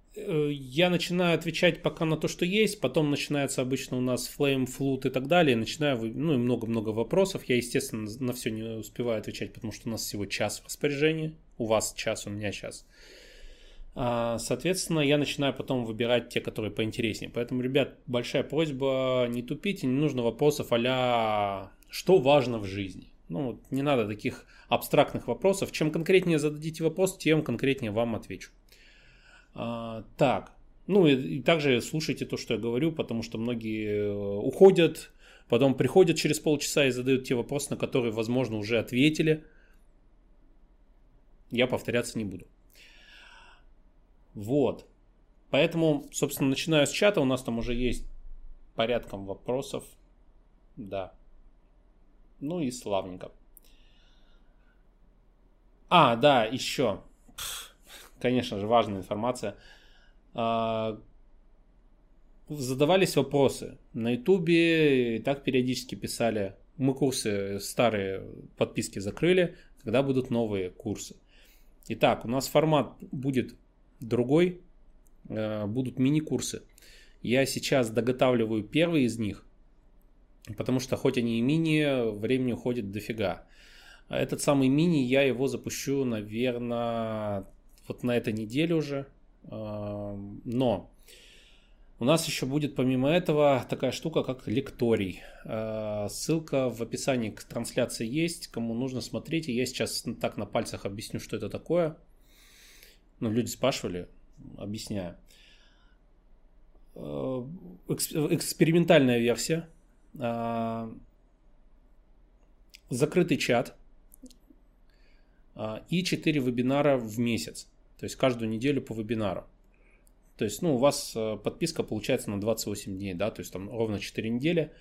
Я начинаю отвечать пока на то, что есть, потом начинается обычно у нас flame, flood и так далее, начинаю, ну и много-много вопросов, я, естественно, на все не успеваю отвечать, потому что у нас всего час в распоряжении, у вас час, у меня час. Соответственно, я начинаю потом выбирать те, которые поинтереснее. Поэтому, ребят, большая просьба, не тупите, не нужно вопросов а-ля «что важно в жизни?». Ну, не надо таких абстрактных вопросов. Чем конкретнее зададите вопрос, тем конкретнее вам отвечу. Так, ну и также слушайте то, что я говорю, потому что многие уходят, потом приходят через полчаса и задают те вопросы, на которые, возможно, уже ответили. Я повторяться не буду. Вот. Поэтому, собственно, начинаю с чата. У нас там уже есть порядком вопросов. Да. Ну и славненько. Да, еще. Конечно же, важная информация. Задавались вопросы. На Ютубе и так периодически писали. Мы курсы старые подписки закрыли. Когда будут новые курсы? Итак, у нас формат будет другой. Будут мини-курсы. Я сейчас доготавливаю первый из них. Потому что хоть они и мини, времени уходит дофига. Этот самый мини, я его запущу, наверное, вот на этой неделе уже. Но у нас еще будет помимо этого такая штука, как лекторий. Ссылка в описании к трансляции есть. Кому нужно, смотрите. Я сейчас так на пальцах объясню, что это такое. Ну, люди спрашивали, объясняю. Экспериментальная версия. Закрытый чат. И 4 вебинара в месяц. То есть каждую неделю по вебинару. То есть, у вас подписка получается на 28 дней, да, то есть там ровно 4 недели.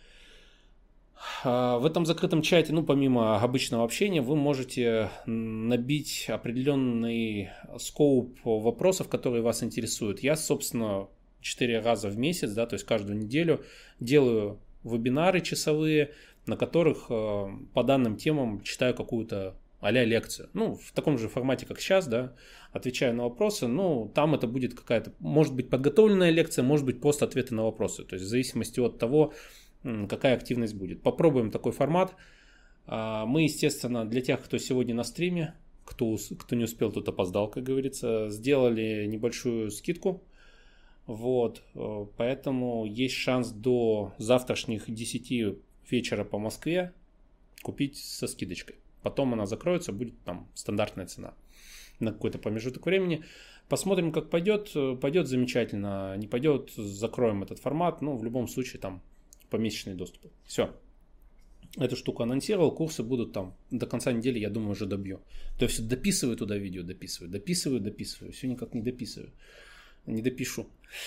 В этом закрытом чате, помимо обычного общения, вы можете набить определенный скоуп вопросов, которые вас интересуют. Я, собственно, 4 раза в месяц, да, то есть каждую неделю делаю вебинары часовые, на которых по данным темам читаю какую-то а-ля лекцию. В таком же формате, как сейчас, да, отвечаю на вопросы. Там это будет какая-то, может быть, подготовленная лекция, может быть, просто ответы на вопросы. То есть в зависимости от того, какая активность будет. Попробуем такой формат. Мы, естественно, для тех, кто сегодня на стриме, кто не успел, тот опоздал, как говорится, сделали небольшую скидку. Вот, поэтому есть шанс до завтрашних 10 вечера по Москве купить со скидочкой. Потом она закроется, будет там стандартная цена на какой-то промежуток времени. Посмотрим, как пойдет. Пойдет замечательно, не пойдет, закроем этот формат. В любом случае там помесячные доступы. Все. Эту штуку анонсировал, курсы будут там до конца недели, я думаю, уже добью. То есть дописываю туда видео, дописываю. Все никак не дописываю. Не допишу.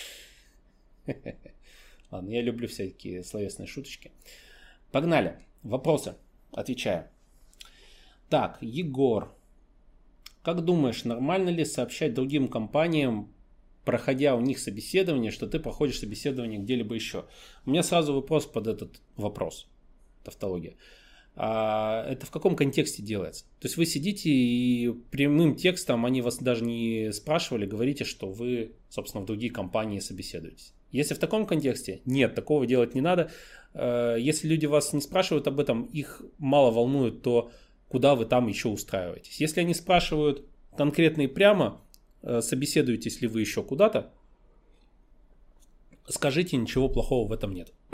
Ладно, я люблю всякие словесные шуточки. Погнали. Вопросы. Отвечаю. Так, Егор. Как думаешь, нормально ли сообщать другим компаниям, проходя у них собеседование, что ты проходишь собеседование где-либо еще? У меня сразу вопрос под этот вопрос. Тавтология. Это в каком контексте делается? То есть вы сидите и прямым текстом, они вас даже не спрашивали, говорите, что вы, собственно, в другие компании собеседуетесь. Если в таком контексте, нет, такого делать не надо. Если люди вас не спрашивают об этом, их мало волнует то, куда вы там еще устраиваетесь. Если они спрашивают конкретно и прямо, собеседуетесь ли вы еще куда-то, скажите, ничего плохого в этом нет.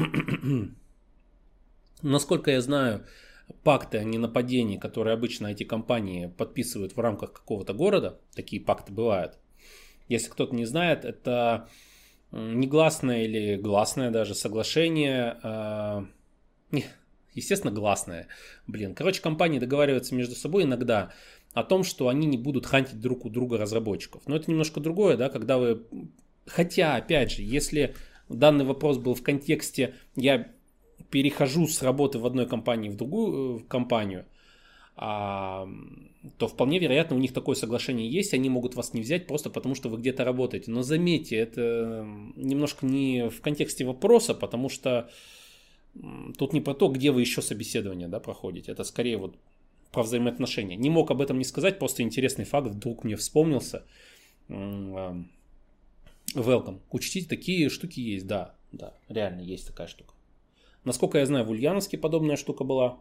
Насколько я знаю, пакты о ненападении, которые обычно эти компании подписывают в рамках какого-то города, такие пакты бывают. Если кто-то не знает, это негласное или гласное даже соглашение, естественно, гласное. Короче, компании договариваются между собой иногда о том, что они не будут хантить друг у друга разработчиков. Но это немножко другое, да, когда вы... Хотя, опять же, если данный вопрос был в контексте «я перехожу с работы в одной компании в другую компанию», то вполне вероятно у них такое соглашение есть, они могут вас не взять просто потому, что вы где-то работаете. Но заметьте, это немножко не в контексте вопроса, потому что тут не про то, где вы еще собеседование, да, проходите. Это скорее вот про взаимоотношения. Не мог об этом не сказать, просто интересный факт вдруг мне вспомнился. welcome. Учтите, такие штуки есть, да, реально есть такая штука. Насколько я знаю, в Ульяновске подобная штука была.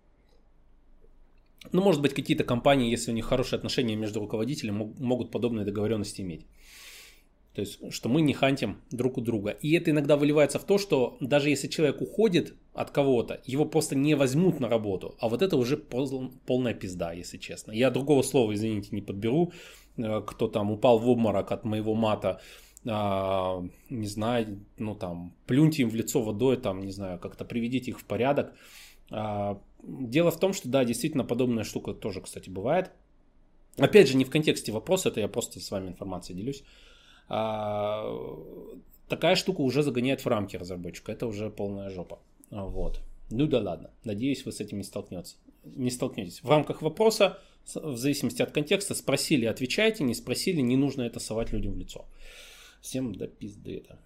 Ну, может быть, какие-то компании, если у них хорошие отношения между руководителями, могут подобные договоренности иметь. То есть, что мы не хантим друг у друга. И это иногда выливается в то, что даже если человек уходит от кого-то, его просто не возьмут на работу. А вот это уже полная пизда, если честно. Я другого слова, извините, не подберу. Кто там упал в обморок от моего мата, не знаю, ну там, плюньте им в лицо водой, там, не знаю, как-то приведите их в порядок. Дело в том, что да, действительно, подобная штука тоже, кстати, бывает. Опять же, не в контексте вопроса, это я просто с вами информацией делюсь. Такая штука уже загоняет в рамки разработчика. Это уже полная жопа. Вот. Ну да ладно. Надеюсь, вы с этим не столкнетесь. В рамках вопроса, в зависимости от контекста, спросили, отвечайте, не спросили, не нужно это совать людям в лицо. Всем до пизды это.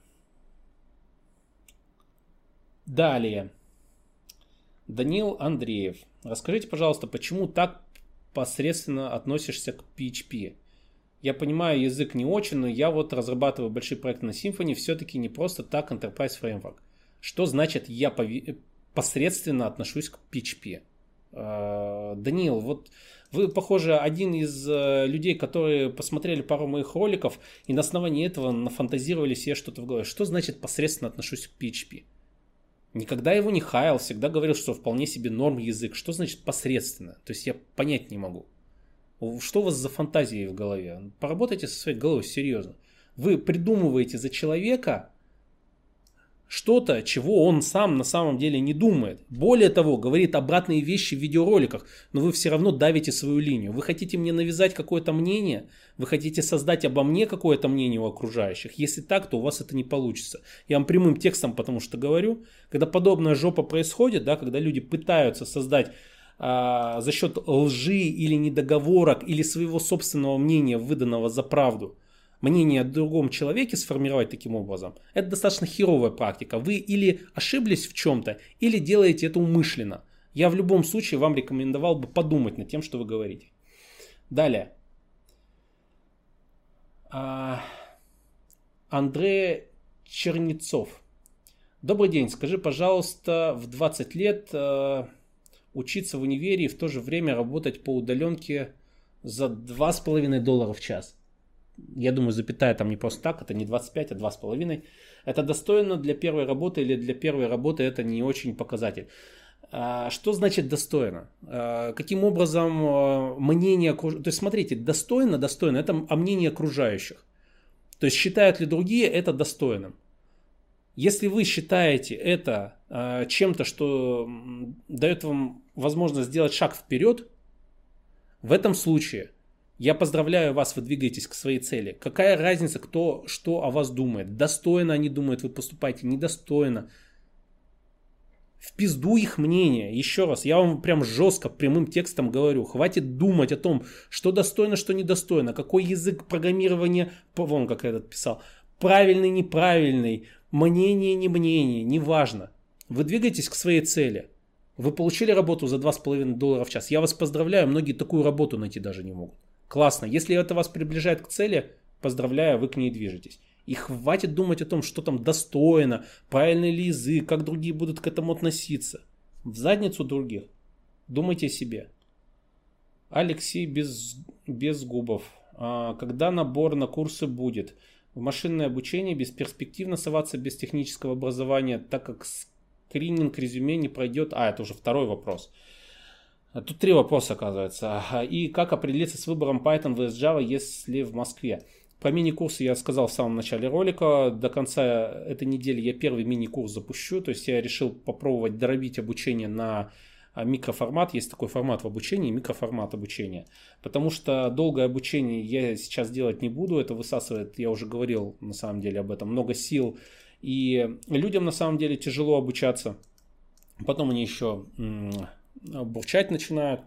Далее. Данил Андреев. Расскажите, пожалуйста, почему так посредственно относишься к PHP? Я понимаю, язык не очень, но я вот разрабатываю большие проекты на Symfony, все-таки не просто так Enterprise Framework. Что значит я посредственно отношусь к PHP? Даниил, вот вы, похоже, один из людей, которые посмотрели пару моих роликов и на основании этого нафантазировали себе что-то в голове. Что значит посредственно отношусь к PHP? Никогда его не хаял, всегда говорил, что вполне себе норм язык. Что значит посредственно? То есть я понять не могу. Что у вас за фантазии в голове? Поработайте со своей головой серьезно. Вы придумываете за человека что-то, чего он сам на самом деле не думает. Более того, говорит обратные вещи в видеороликах, но вы все равно давите свою линию. Вы хотите мне навязать какое-то мнение? Вы хотите создать обо мне какое-то мнение у окружающих? Если так, то у вас это не получится. Я вам прямым текстом потому что говорю, когда подобная жопа происходит, да, когда люди пытаются создать за счет лжи или недоговорок или своего собственного мнения, выданного за правду, мнение о другом человеке сформировать таким образом, это достаточно херовая практика. Вы или ошиблись в чем-то, или делаете это умышленно. Я в любом случае вам рекомендовал бы подумать над тем, что вы говорите. Далее. Андрей Чернецов. Добрый день. Скажи, пожалуйста, в 20 лет учиться в универе и в то же время работать по удаленке за $2,5 в час. Я думаю, запятая там не просто так, это не 25, а 2,5. Это достойно для первой работы или для первой работы это не очень показатель. Что значит достойно? Каким образом мнение окружающих? То есть смотрите, достойно, это мнение окружающих. То есть считают ли другие это достойным? Если вы считаете это чем-то, что дает вам возможность сделать шаг вперед, в этом случае я поздравляю вас, вы двигаетесь к своей цели. Какая разница, кто что о вас думает? Достойно они думают, вы поступаете, недостойно. В пизду их мнение. Еще раз, я вам прям жестко, прямым текстом говорю. Хватит думать о том, что достойно, что недостойно. Какой язык программирования, вон как я этот писал, правильный, неправильный, мнение, не мнение, неважно. Вы двигаетесь к своей цели. Вы получили работу за $2,5 в час. Я вас поздравляю, многие такую работу найти даже не могут. Классно. Если это вас приближает к цели, поздравляю, вы к ней движетесь. И хватит думать о том, что там достойно, правильный ли язык, как другие будут к этому относиться. В задницу других. Думайте о себе. Алексей Безгубов. Когда набор на курсы будет? В машинное обучение бесперспективно соваться без технического образования, так как скрининг резюме не пройдет. Это уже второй вопрос. Тут 3 вопроса, оказывается. И как определиться с выбором Python vs Java, если в Москве? Про мини-курсы я сказал в самом начале ролика. До конца этой недели я первый мини-курс запущу. То есть я решил попробовать доробить обучение на микроформат. Есть такой формат в обучении, микроформат обучения. Потому что долгое обучение я сейчас делать не буду. Это высасывает, я уже говорил на самом деле об этом, много сил. И людям на самом деле тяжело обучаться. Потом они еще бурчать начинают.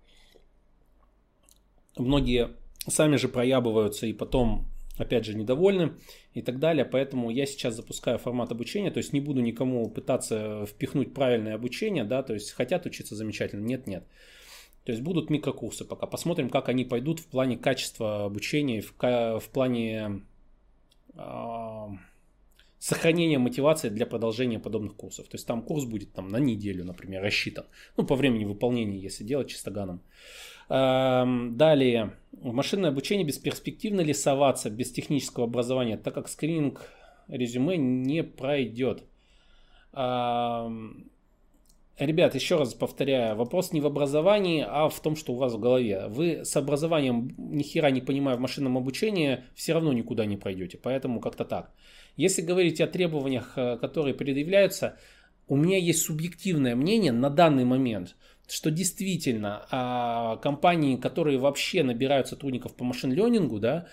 Многие сами же проябываются и потом опять же недовольны и так далее. Поэтому я сейчас запускаю формат обучения. То есть не буду никому пытаться впихнуть правильное обучение. Да, то есть хотят учиться замечательно. Нет. То есть будут микрокурсы пока. Посмотрим, как они пойдут в плане качества обучения, в плане сохранение мотивации для продолжения подобных курсов. То есть там курс будет там, на неделю, например, рассчитан. Ну, по времени выполнения, если делать чистоганом. Далее. В машинное обучение бесперспективно ли соваться без технического образования, так как скрининг резюме не пройдет. Ребят, еще раз повторяю, вопрос не в образовании, а в том, что у вас в голове. Вы с образованием, ни хера не понимая в машинном обучении, все равно никуда не пройдете. Поэтому как-то так. Если говорить о требованиях, которые предъявляются, у меня есть субъективное мнение на данный момент, что действительно компании, которые вообще набирают сотрудников по машин-лернингу, да,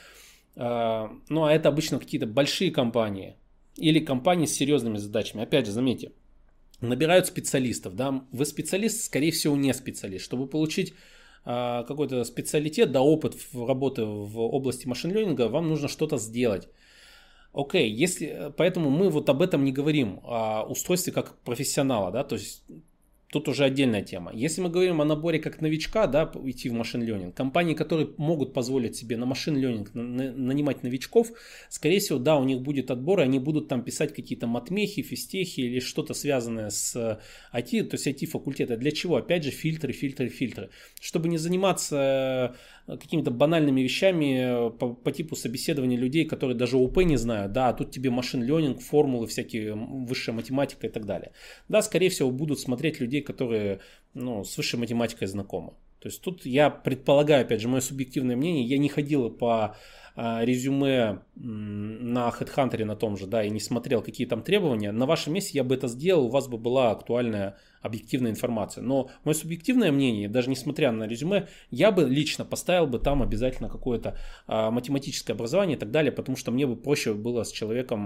ну а это обычно какие-то большие компании или компании с серьезными задачами. Опять же, заметьте, набирают специалистов, да, вы специалист, скорее всего, не специалист. Чтобы получить какой-то специалитет, да, опыт в работы в области машин-лернинга, вам нужно что-то сделать. Окей, поэтому мы вот об этом не говорим, о устройстве как профессионала, да, то есть тут уже отдельная тема. Если мы говорим о наборе как новичка, да, идти в машин-лернинг, компании, которые могут позволить себе на машин-лернинг нанимать новичков, скорее всего, да, у них будет отбор, и они будут там писать какие-то матмехи, физтехи или что-то связанное с IT, то есть IT-факультета. Для чего? Опять же, фильтры. Чтобы не заниматься какими-то банальными вещами по типу собеседования людей, которые даже ОП не знают, да, а тут тебе машин-лернинг, формулы всякие, высшая математика и так далее. Да, скорее всего, будут смотреть людей, которые, ну, с высшей математикой знакомы. То есть тут я предполагаю, опять же, мое субъективное мнение, я не ходил по резюме на HeadHunter на том же, да, и не смотрел, какие там требования. На вашем месте я бы это сделал, у вас бы была актуальная, объективная информация. Но мое субъективное мнение, даже несмотря на резюме, я бы лично поставил бы там обязательно какое-то математическое образование и так далее, потому что мне бы проще было с человеком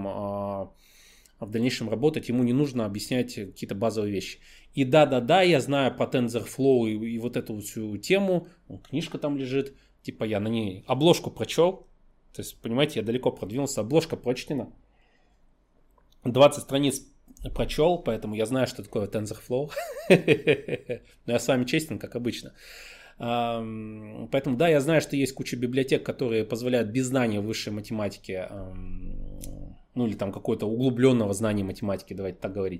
в дальнейшем работать, ему не нужно объяснять какие-то базовые вещи. И да, я знаю по TensorFlow и вот эту всю тему, книжка там лежит, типа я на ней обложку прочел, то есть, понимаете, я далеко продвинулся, обложка прочтена, 20 страниц прочел, поэтому я знаю, что такое TensorFlow, но я с вами честен, как обычно. Поэтому да, я знаю, что есть куча библиотек, которые позволяют без знания высшей математики, ну или там какое-то углубленного знания математики, давайте так говорить,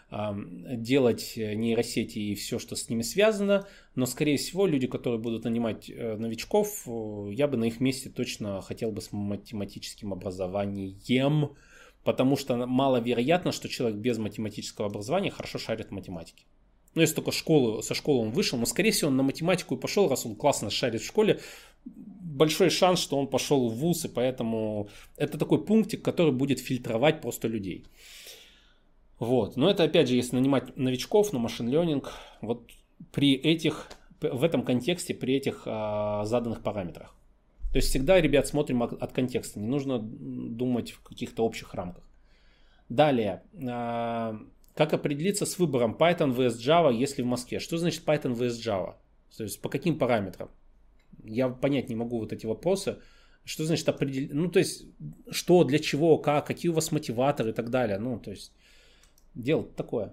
делать нейросети и все, что с ними связано, но, скорее всего, люди, которые будут нанимать новичков, я бы на их месте точно хотел бы с математическим образованием, потому что маловероятно, что человек без математического образования хорошо шарит в математике. Ну, если только со школы он вышел, но, скорее всего, он на математику и пошел, раз он классно шарит в школе, большой шанс, что он пошел в вуз, и поэтому это такой пунктик, который будет фильтровать просто людей. Вот. Но это, опять же, если нанимать новичков на машин-лернинг, вот в этом контексте, при этих заданных параметрах. То есть всегда, ребят, смотрим от контекста, не нужно думать в каких-то общих рамках. Далее, как определиться с выбором Python vs Java, если в Москве? Что значит Python vs Java? То есть по каким параметрам? Я понять не могу вот эти вопросы. Что значит определить? Ну, то есть, что, для чего, как, какие у вас мотиваторы и так далее. Ну, то есть, дело такое.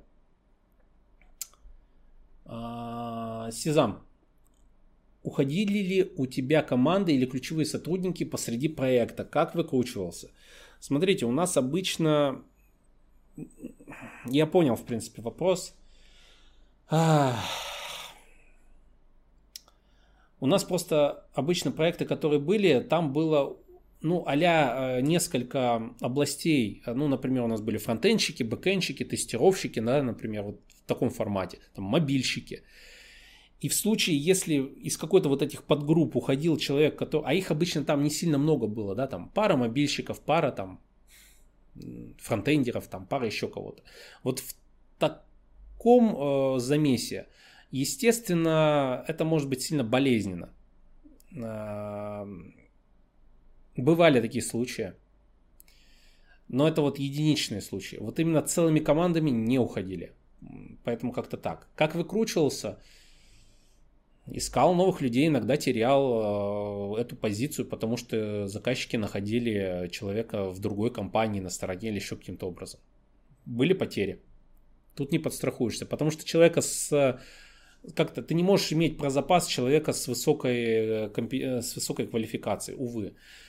Сезам. Уходили ли у тебя команды или ключевые сотрудники посреди проекта? Как выкручивался? Смотрите, у нас обычно... Я понял, в принципе, вопрос. У нас просто обычно проекты, которые были, там было, ну, а-ля несколько областей. Ну, например, у нас были фронтенщики, бэкенщики, тестировщики, да, например, вот в таком формате. Там мобильщики. И в случае, если из какой-то вот этих подгрупп уходил человек, а их обычно там не сильно много было, да, там пара мобильщиков, пара там фронтендеров, там пара еще кого-то. Вот в таком замесе, естественно, это может быть сильно болезненно. Бывали такие случаи. Но это вот единичные случаи. Вот именно целыми командами не уходили. Поэтому как-то так. Как выкручивался? Искал новых людей, иногда терял эту позицию, потому что заказчики находили человека в другой компании на стороне или еще каким-то образом. Были потери. Тут не подстрахуешься, потому что человека как-то ты не можешь иметь про запас человека с высокой квалификацией, увы.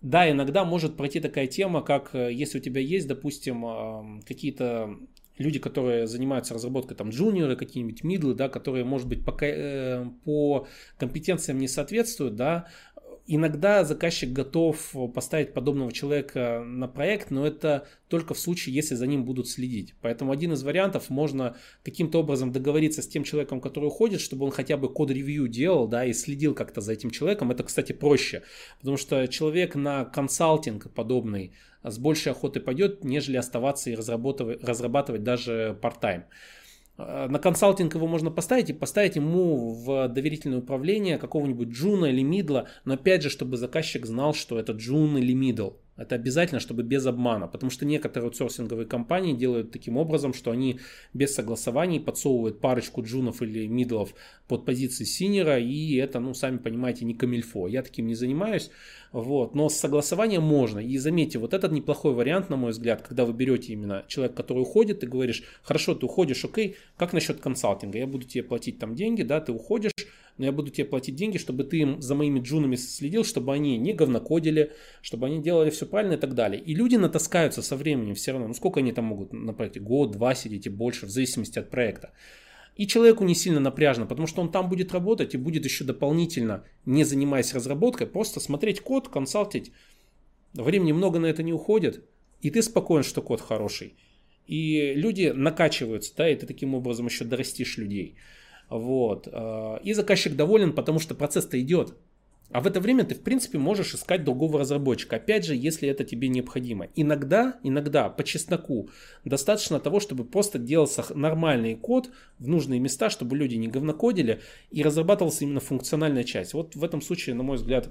Да, иногда может пройти такая тема, как если у тебя есть, допустим, какие-то люди, которые занимаются разработкой, там, джуниоры, какие-нибудь мидлы, да, которые, может быть, по компетенциям не соответствуют, да, иногда заказчик готов поставить подобного человека на проект, но это только в случае, если за ним будут следить. Поэтому один из вариантов, можно каким-то образом договориться с тем человеком, который уходит, чтобы он хотя бы код-ревью делал, да, и следил как-то за этим человеком. Это, кстати, проще, потому что человек на консалтинг подобный с большей охотой пойдет, нежели оставаться и разрабатывать даже part-time. На консалтинг его можно поставить и поставить ему в доверительное управление какого-нибудь джуна или мидла, но опять же, чтобы заказчик знал, что это джун или мидл. Это обязательно, чтобы без обмана, потому что некоторые аутсорсинговые компании делают таким образом, что они без согласований подсовывают парочку джунов или мидлов под позиции синьора, и это, ну, сами понимаете, не камильфо. Я таким не занимаюсь, вот, но с согласованием можно. И заметьте, вот этот неплохой вариант, на мой взгляд, когда вы берете именно человека, который уходит, ты говоришь: хорошо, ты уходишь, окей, как насчет консалтинга? Я буду тебе платить там деньги, да, ты уходишь, но я буду тебе платить деньги, чтобы ты за моими джунами следил, чтобы они не говнокодили, чтобы они делали все правильно и так далее. И люди натаскаются со временем все равно. Ну, сколько они там могут на проекте? Год, два сидеть и больше, в зависимости от проекта. И человеку не сильно напряжно, потому что он там будет работать и будет еще дополнительно, не занимаясь разработкой, просто смотреть код, консалтить. Времени много на это не уходит, и ты спокоен, что код хороший. И люди накачиваются, да, и ты таким образом еще дорастишь людей. Вот. И заказчик доволен, потому что процесс-то идет. А в это время ты, в принципе, можешь искать другого разработчика. Опять же, если это тебе необходимо. Иногда, по чесноку, достаточно того, чтобы просто делался нормальный код в нужные места, чтобы люди не говнокодили, и разрабатывалась именно функциональная часть. Вот в этом случае, на мой взгляд,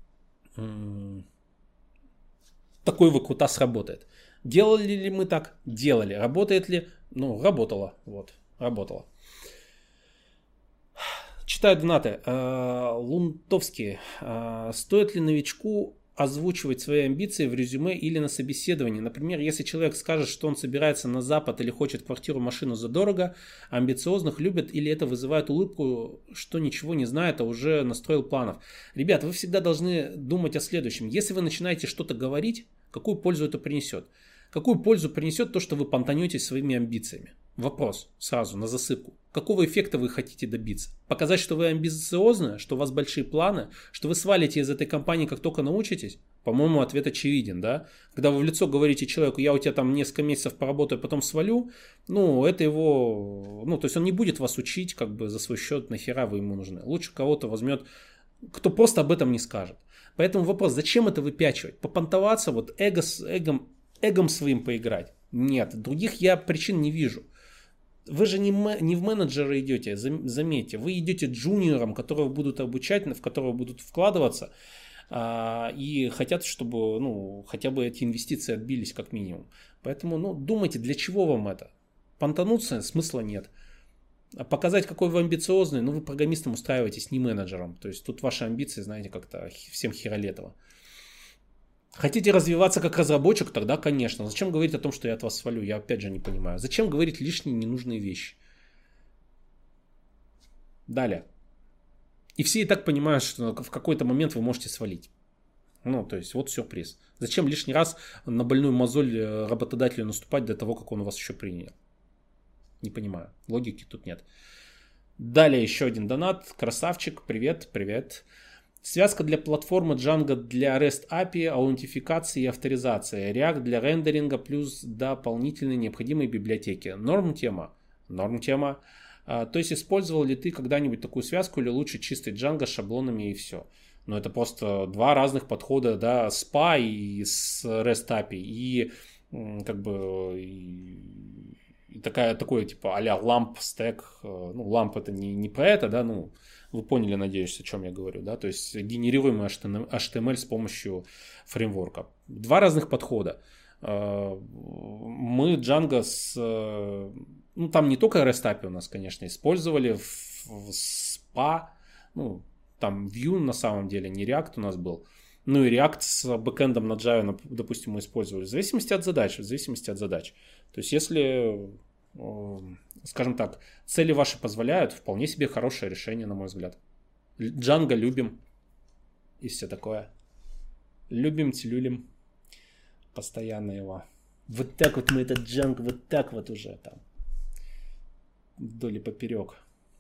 такой выкрутас работает. Делали ли мы так? Делали. Работает ли? Ну, работало. Вот, работало. Читаю донаты. Лунтовский. Стоит ли новичку озвучивать свои амбиции в резюме или на собеседовании? Например, если человек скажет, что он собирается на Запад или хочет квартиру, машину задорого, амбициозных любят, или это вызывает улыбку, что ничего не знает, а уже настроил планов. Ребят, вы всегда должны думать о следующем. Если вы начинаете что-то говорить, какую пользу это принесет? Какую пользу принесет то, что вы понтанетесь своими амбициями? Вопрос сразу на засыпку. Какого эффекта вы хотите добиться? Показать, что вы амбициозны, что у вас большие планы, что вы свалите из этой компании, как только научитесь? По-моему, ответ очевиден, да? Когда вы в лицо говорите человеку: я у тебя там несколько месяцев поработаю, потом свалю, ну, это его, ну, то есть он не будет вас учить, как бы, за свой счет, нахера вы ему нужны. Лучше кого-то возьмет, кто просто об этом не скажет. Поэтому вопрос: зачем это выпячивать? Попонтоваться, вот эгом своим поиграть? Нет, других я причин не вижу. Вы же не в менеджеры идете, заметьте, вы идете джуниором, которого будут обучать, в которого будут вкладываться, и хотят, чтобы, ну, хотя бы эти инвестиции отбились как минимум. Поэтому, ну, думайте, для чего вам это? Понтануться смысла нет. А показать, какой вы амбициозный, ну, вы программистом устраиваетесь, не менеджером. То есть тут ваши амбиции, знаете, как-то всем херолетово. Хотите развиваться как разработчик? Тогда, конечно. Зачем говорить о том, что я от вас свалю? Я опять же не понимаю. Зачем говорить лишние ненужные вещи? Далее. И все и так понимают, что в какой-то момент вы можете свалить. Ну, то есть, вот сюрприз. Зачем лишний раз на больную мозоль работодателю наступать до того, как он вас еще принял? Не понимаю. Логики тут нет. Далее еще один донат. Красавчик. Привет, привет. Связка для платформы Django для REST API, аутентификации и авторизации. React для рендеринга плюс дополнительные необходимые библиотеки. Норм тема. Норм тема. То есть использовал ли ты когда-нибудь такую связку или лучше чистый Django с шаблонами и все? Но это просто два разных подхода, да, SPA и с REST API. И как бы и такое типа а-ля LAMP стек. Ну, LAMP это не про это, да, ну, вы поняли, надеюсь, о чем я говорю, да, то есть генерируемый HTML с помощью фреймворка. Два разных подхода. Мы Django ну, там не только REST API у нас, конечно, использовали в SPA, ну, там Vue на самом деле, не React у нас был. Ну и React с бэкэндом на Java, допустим, мы использовали. В зависимости от задач. То есть если, скажем так, цели ваши позволяют, вполне себе хорошее решение, на мой взгляд. Django любим и все такое. Любим, целюлим. Постоянно его. Вот так вот мы этот Django, вот так вот уже там. Вдоль и поперек.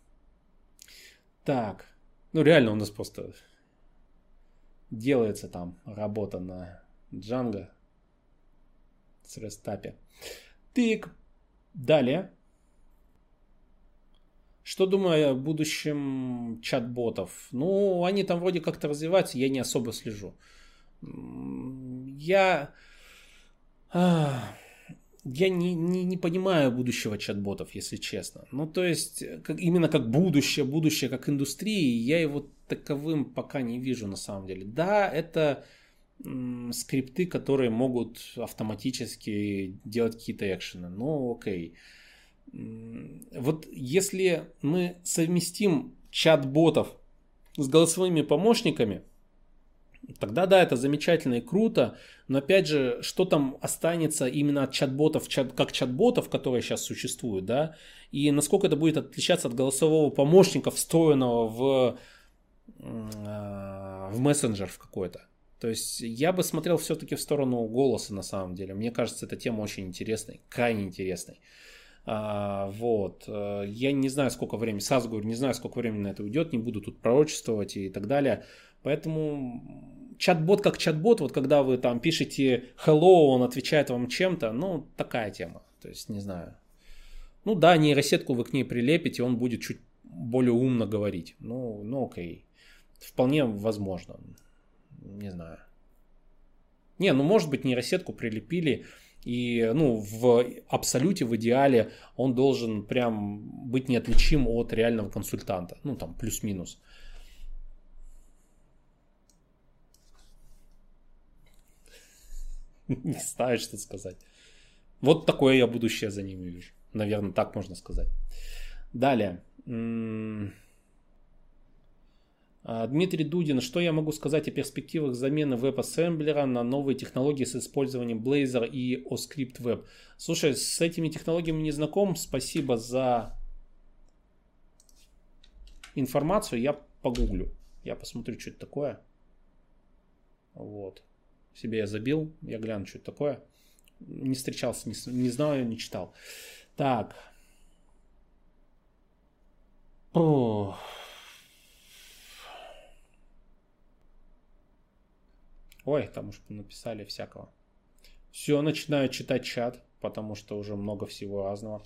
Так. Ну реально у нас просто делается там работа на Django с рестапе. Так. Далее. Что думаю о будущем чат-ботов? Ну, они там вроде как-то развиваются, я не особо слежу. Я не понимаю будущего чат-ботов, если честно. Ну, то есть, именно как будущее как индустрии, я его таковым пока не вижу на самом деле. Да, это скрипты, которые могут автоматически делать какие-то экшены. Ну, окей. Вот если мы совместим чат-ботов с голосовыми помощниками, тогда да, это замечательно и круто, но опять же, что там останется именно от чат-ботов, как чат-ботов, которые сейчас существуют, да, и насколько это будет отличаться от голосового помощника, встроенного в мессенджер в какой-то. То есть я бы смотрел все-таки в сторону голоса на самом деле. Мне кажется, эта тема очень интересной, крайне интересной. Вот. Я не знаю, сколько времени, сразу говорю, не знаю, сколько времени на это уйдет, не буду тут пророчествовать и так далее. Поэтому чат-бот как чат-бот, вот когда вы там пишете hello, он отвечает вам чем-то, ну, такая тема. То есть, не знаю. Ну да, нейросетку вы к ней прилепите, он будет чуть более умно говорить. Ну окей. Вполне возможно. Не знаю. Не, ну может быть нейросетку прилепили, и ну в абсолюте, в идеале он должен прям быть неотличим от реального консультанта. Ну там плюс-минус. Не знаю, что сказать. Вот такое я будущее за ними вижу. Наверное, так можно сказать. Далее. Дмитрий Дудин. Что я могу сказать о перспективах замены веб-ассемблера на новые технологии с использованием Blazor и OScript Web? Слушай, с этими технологиями не знаком. Спасибо за информацию. Я погуглю. Я посмотрю, что это такое. Вот. Себе я забил. Я гляну, что это такое. Не встречался, не знаю, не читал. Так. Ой, там уж написали всякого. Все, начинаю читать чат, потому что уже много всего разного.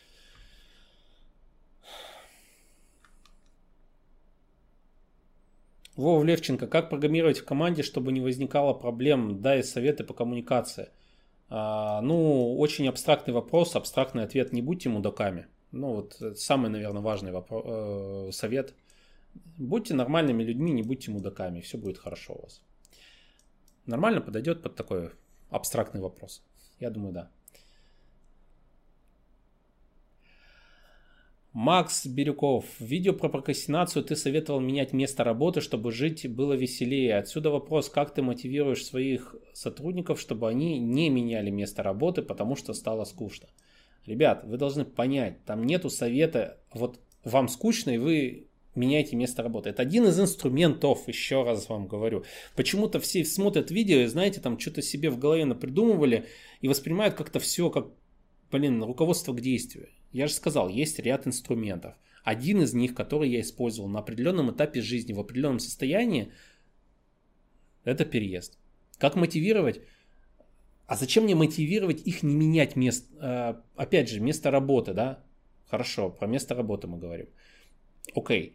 Вова Левченко. Как программировать в команде, чтобы не возникало проблем? Дай советы по коммуникации. Ну, очень абстрактный вопрос, абстрактный ответ. Не будьте мудаками. Ну, вот самый, наверное, важный совет. Будьте нормальными людьми, не будьте мудаками. Все будет хорошо у вас. Нормально подойдет под такой абстрактный вопрос? Я думаю, да. Макс Бирюков. В видео про прокрастинацию ты советовал менять место работы, чтобы жить было веселее. Отсюда вопрос, как ты мотивируешь своих сотрудников, чтобы они не меняли место работы, потому что стало скучно. Ребят, вы должны понять, там нету совета, вот вам скучно и вы меняете место работы. Это один из инструментов, еще раз вам говорю. Почему-то все смотрят видео и, знаете, там что-то себе в голове напридумывали и воспринимают как-то все как, руководство к действию. Я же сказал, есть ряд инструментов. Один из них, который я использовал на определенном этапе жизни, в определенном состоянии, это переезд. Как мотивировать? А зачем мне мотивировать их не менять место? Опять же, место работы, да? Хорошо, про место работы мы говорим. Окей.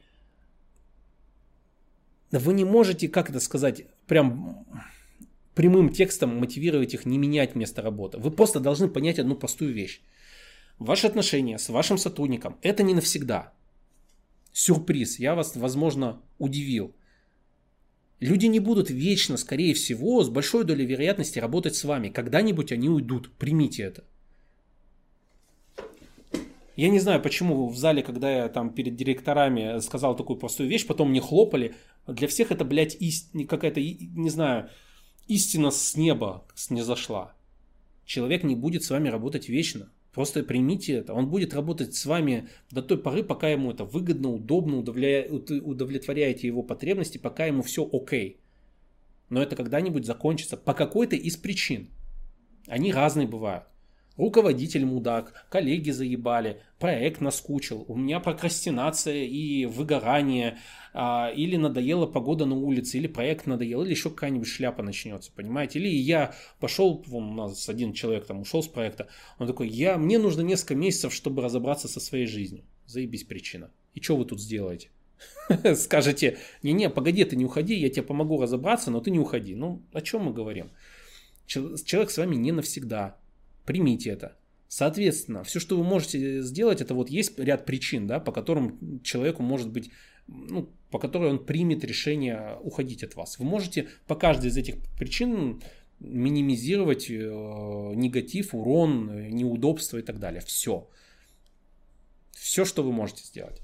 Вы не можете, как это сказать, прям прямым текстом мотивировать их не менять место работы. Вы просто должны понять одну простую вещь. Ваши отношения с вашим сотрудником – это не навсегда. Сюрприз, я вас, возможно, удивил. Люди не будут вечно, скорее всего, с большой долей вероятности работать с вами. Когда-нибудь они уйдут. Примите это. Я не знаю, почему в зале, когда я там перед директорами сказал такую простую вещь, потом мне хлопали. Для всех это, блядь, какая-то, не знаю, истина с неба снизошла. Человек не будет с вами работать вечно. Просто примите это. Он будет работать с вами до той поры, пока ему это выгодно, удобно, удовлетворяете его потребности, пока ему все окей. но это когда-нибудь закончится по какой-то из причин. Они разные бывают. Руководитель мудак, коллеги заебали, проект наскучил, у меня прокрастинация и выгорание, или надоела погода на улице, или проект надоел, или еще какая-нибудь шляпа начнется, понимаете? Или я пошел, вон у нас один человек там ушел с проекта, он такой, мне нужно несколько месяцев, чтобы разобраться со своей жизнью. Заебись причина. И что вы тут сделаете? Скажете, не-не, погоди, ты не уходи, я тебе помогу разобраться, но ты не уходи. Ну, о чем мы говорим? Человек с вами не навсегда. Примите это. Соответственно, все, что вы можете сделать, это вот есть ряд причин, да, по которым человеку может быть, по которой он примет решение уходить от вас. Вы можете по каждой из этих причин минимизировать негатив, урон, неудобства и так далее. Все. Все, что вы можете сделать.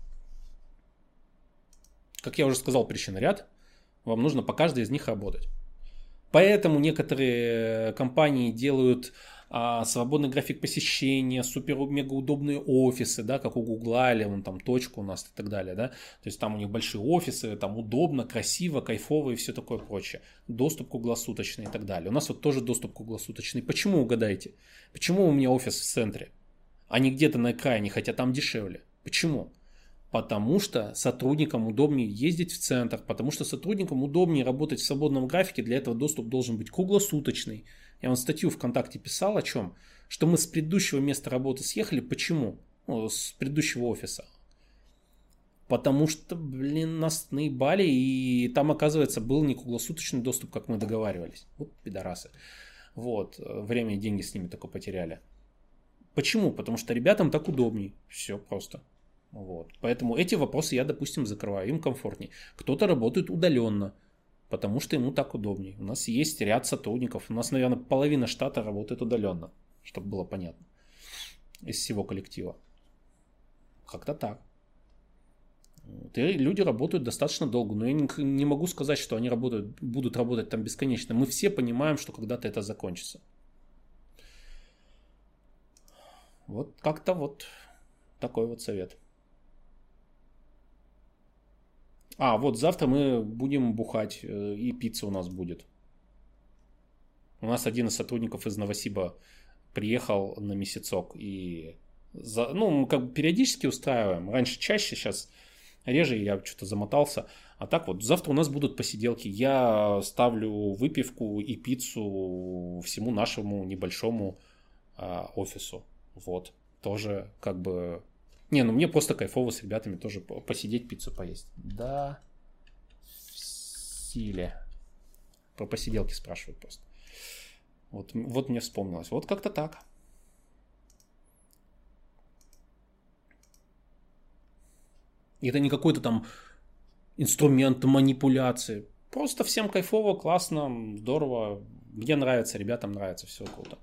Как я уже сказал, причин ряд. Вам нужно по каждой из них работать. Поэтому некоторые компании делают свободный график посещения, супер-мега удобные офисы, да, как у Гугла или вон там точка у нас и так далее, да, то есть там у них большие офисы, там удобно, красиво, кайфово и все такое прочее, доступ круглосуточный и так далее. У нас вот тоже доступ круглосуточный. Почему, угадайте? Почему у меня офис в центре, а не где-то на окраине, хотя там дешевле? Почему? Потому что сотрудникам удобнее ездить в центр, потому что сотрудникам удобнее работать в свободном графике, для этого доступ должен быть круглосуточный. Я вам статью ВКонтакте писал о чем? Что мы с предыдущего места работы съехали. Почему? С предыдущего офиса. Потому что, нас наебали, и там, оказывается, был не круглосуточный доступ, как мы договаривались. Вот пидорасы. Вот, время и деньги с ними только потеряли. Почему? Потому что ребятам так удобней. Все просто. Вот. Поэтому эти вопросы я, допустим, закрываю, им комфортнее. Кто-то работает удаленно, потому что ему так удобнее. У нас есть ряд сотрудников, у нас, наверное, половина штата работает удаленно, чтобы было понятно, из всего коллектива. Как-то так. Вот. И люди работают достаточно долго, но я не могу сказать, что они будут работать там бесконечно. Мы все понимаем, что когда-то это закончится. Вот как-то вот такой вот совет. Вот завтра мы будем бухать, и пицца у нас будет. У нас один из сотрудников из Новосиба приехал на месяцок, и мы как бы периодически устраиваем. Раньше чаще, сейчас реже, я что-то замотался. А так вот, завтра у нас будут посиделки. Я ставлю выпивку и пиццу всему нашему небольшому офису. Вот, тоже как бы... мне просто кайфово с ребятами тоже посидеть, пиццу поесть. Да, в силе. Про посиделки спрашивают просто. Вот мне вспомнилось. Вот как-то так. Это не какой-то там инструмент манипуляции. Просто всем кайфово, классно, здорово. Мне нравится, ребятам нравится, все круто.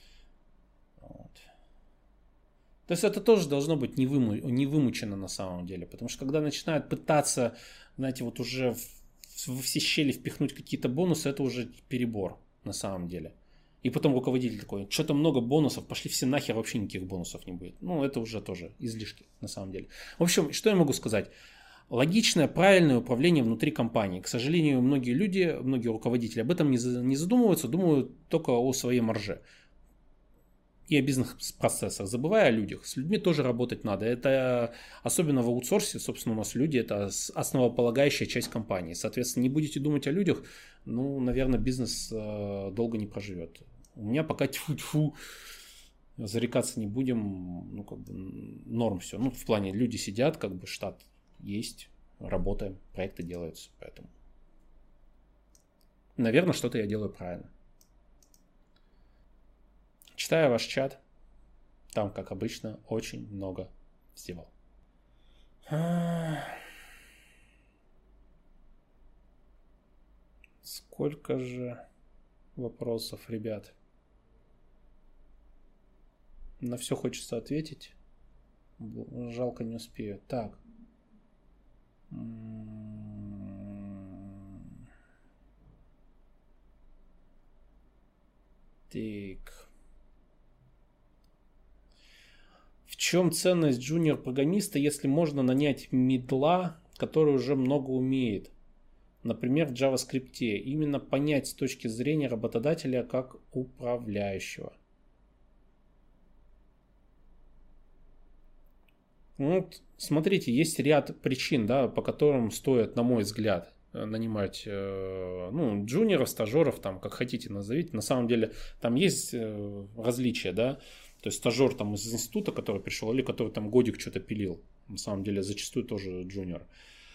То есть это тоже должно быть не вымучено на самом деле. Потому что когда начинают пытаться, знаете, вот уже во все щели впихнуть какие-то бонусы, это уже перебор на самом деле. И потом руководитель такой, что-то много бонусов, пошли все нахер, вообще никаких бонусов не будет. Это уже тоже излишки на самом деле. В общем, что я могу сказать? Логичное, правильное управление внутри компании. К сожалению, многие руководители об этом не задумываются, думают только о своей марже. И о бизнес-процессах, забывая о людях. С людьми тоже работать надо. Это особенно в аутсорсе, собственно, у нас люди — это основополагающая часть компании. Соответственно, не будете думать о людях, наверное, бизнес долго не проживет. У меня пока тьфу-тьфу, зарекаться не будем, норм все. В плане люди сидят, штат есть, работаем, проекты делаются, поэтому, наверное, что-то я делаю правильно. Читаю ваш чат. Там, как обычно, очень много всего. Сколько же вопросов, ребят? На все хочется ответить. Жалко, не успею. Так. Так. В чем ценность джуниор-программиста, если можно нанять мидла, который уже много умеет? например, в JavaScript, именно понять с точки зрения работодателя как управляющего. Вот, смотрите, есть ряд причин, да, по которым стоит, на мой взгляд, нанимать джуниоров, стажеров, там, как хотите назовите. На самом деле там есть различия, да. То есть стажер там из института, который пришел, или который там годик что-то пилил. На самом деле зачастую тоже джуниор.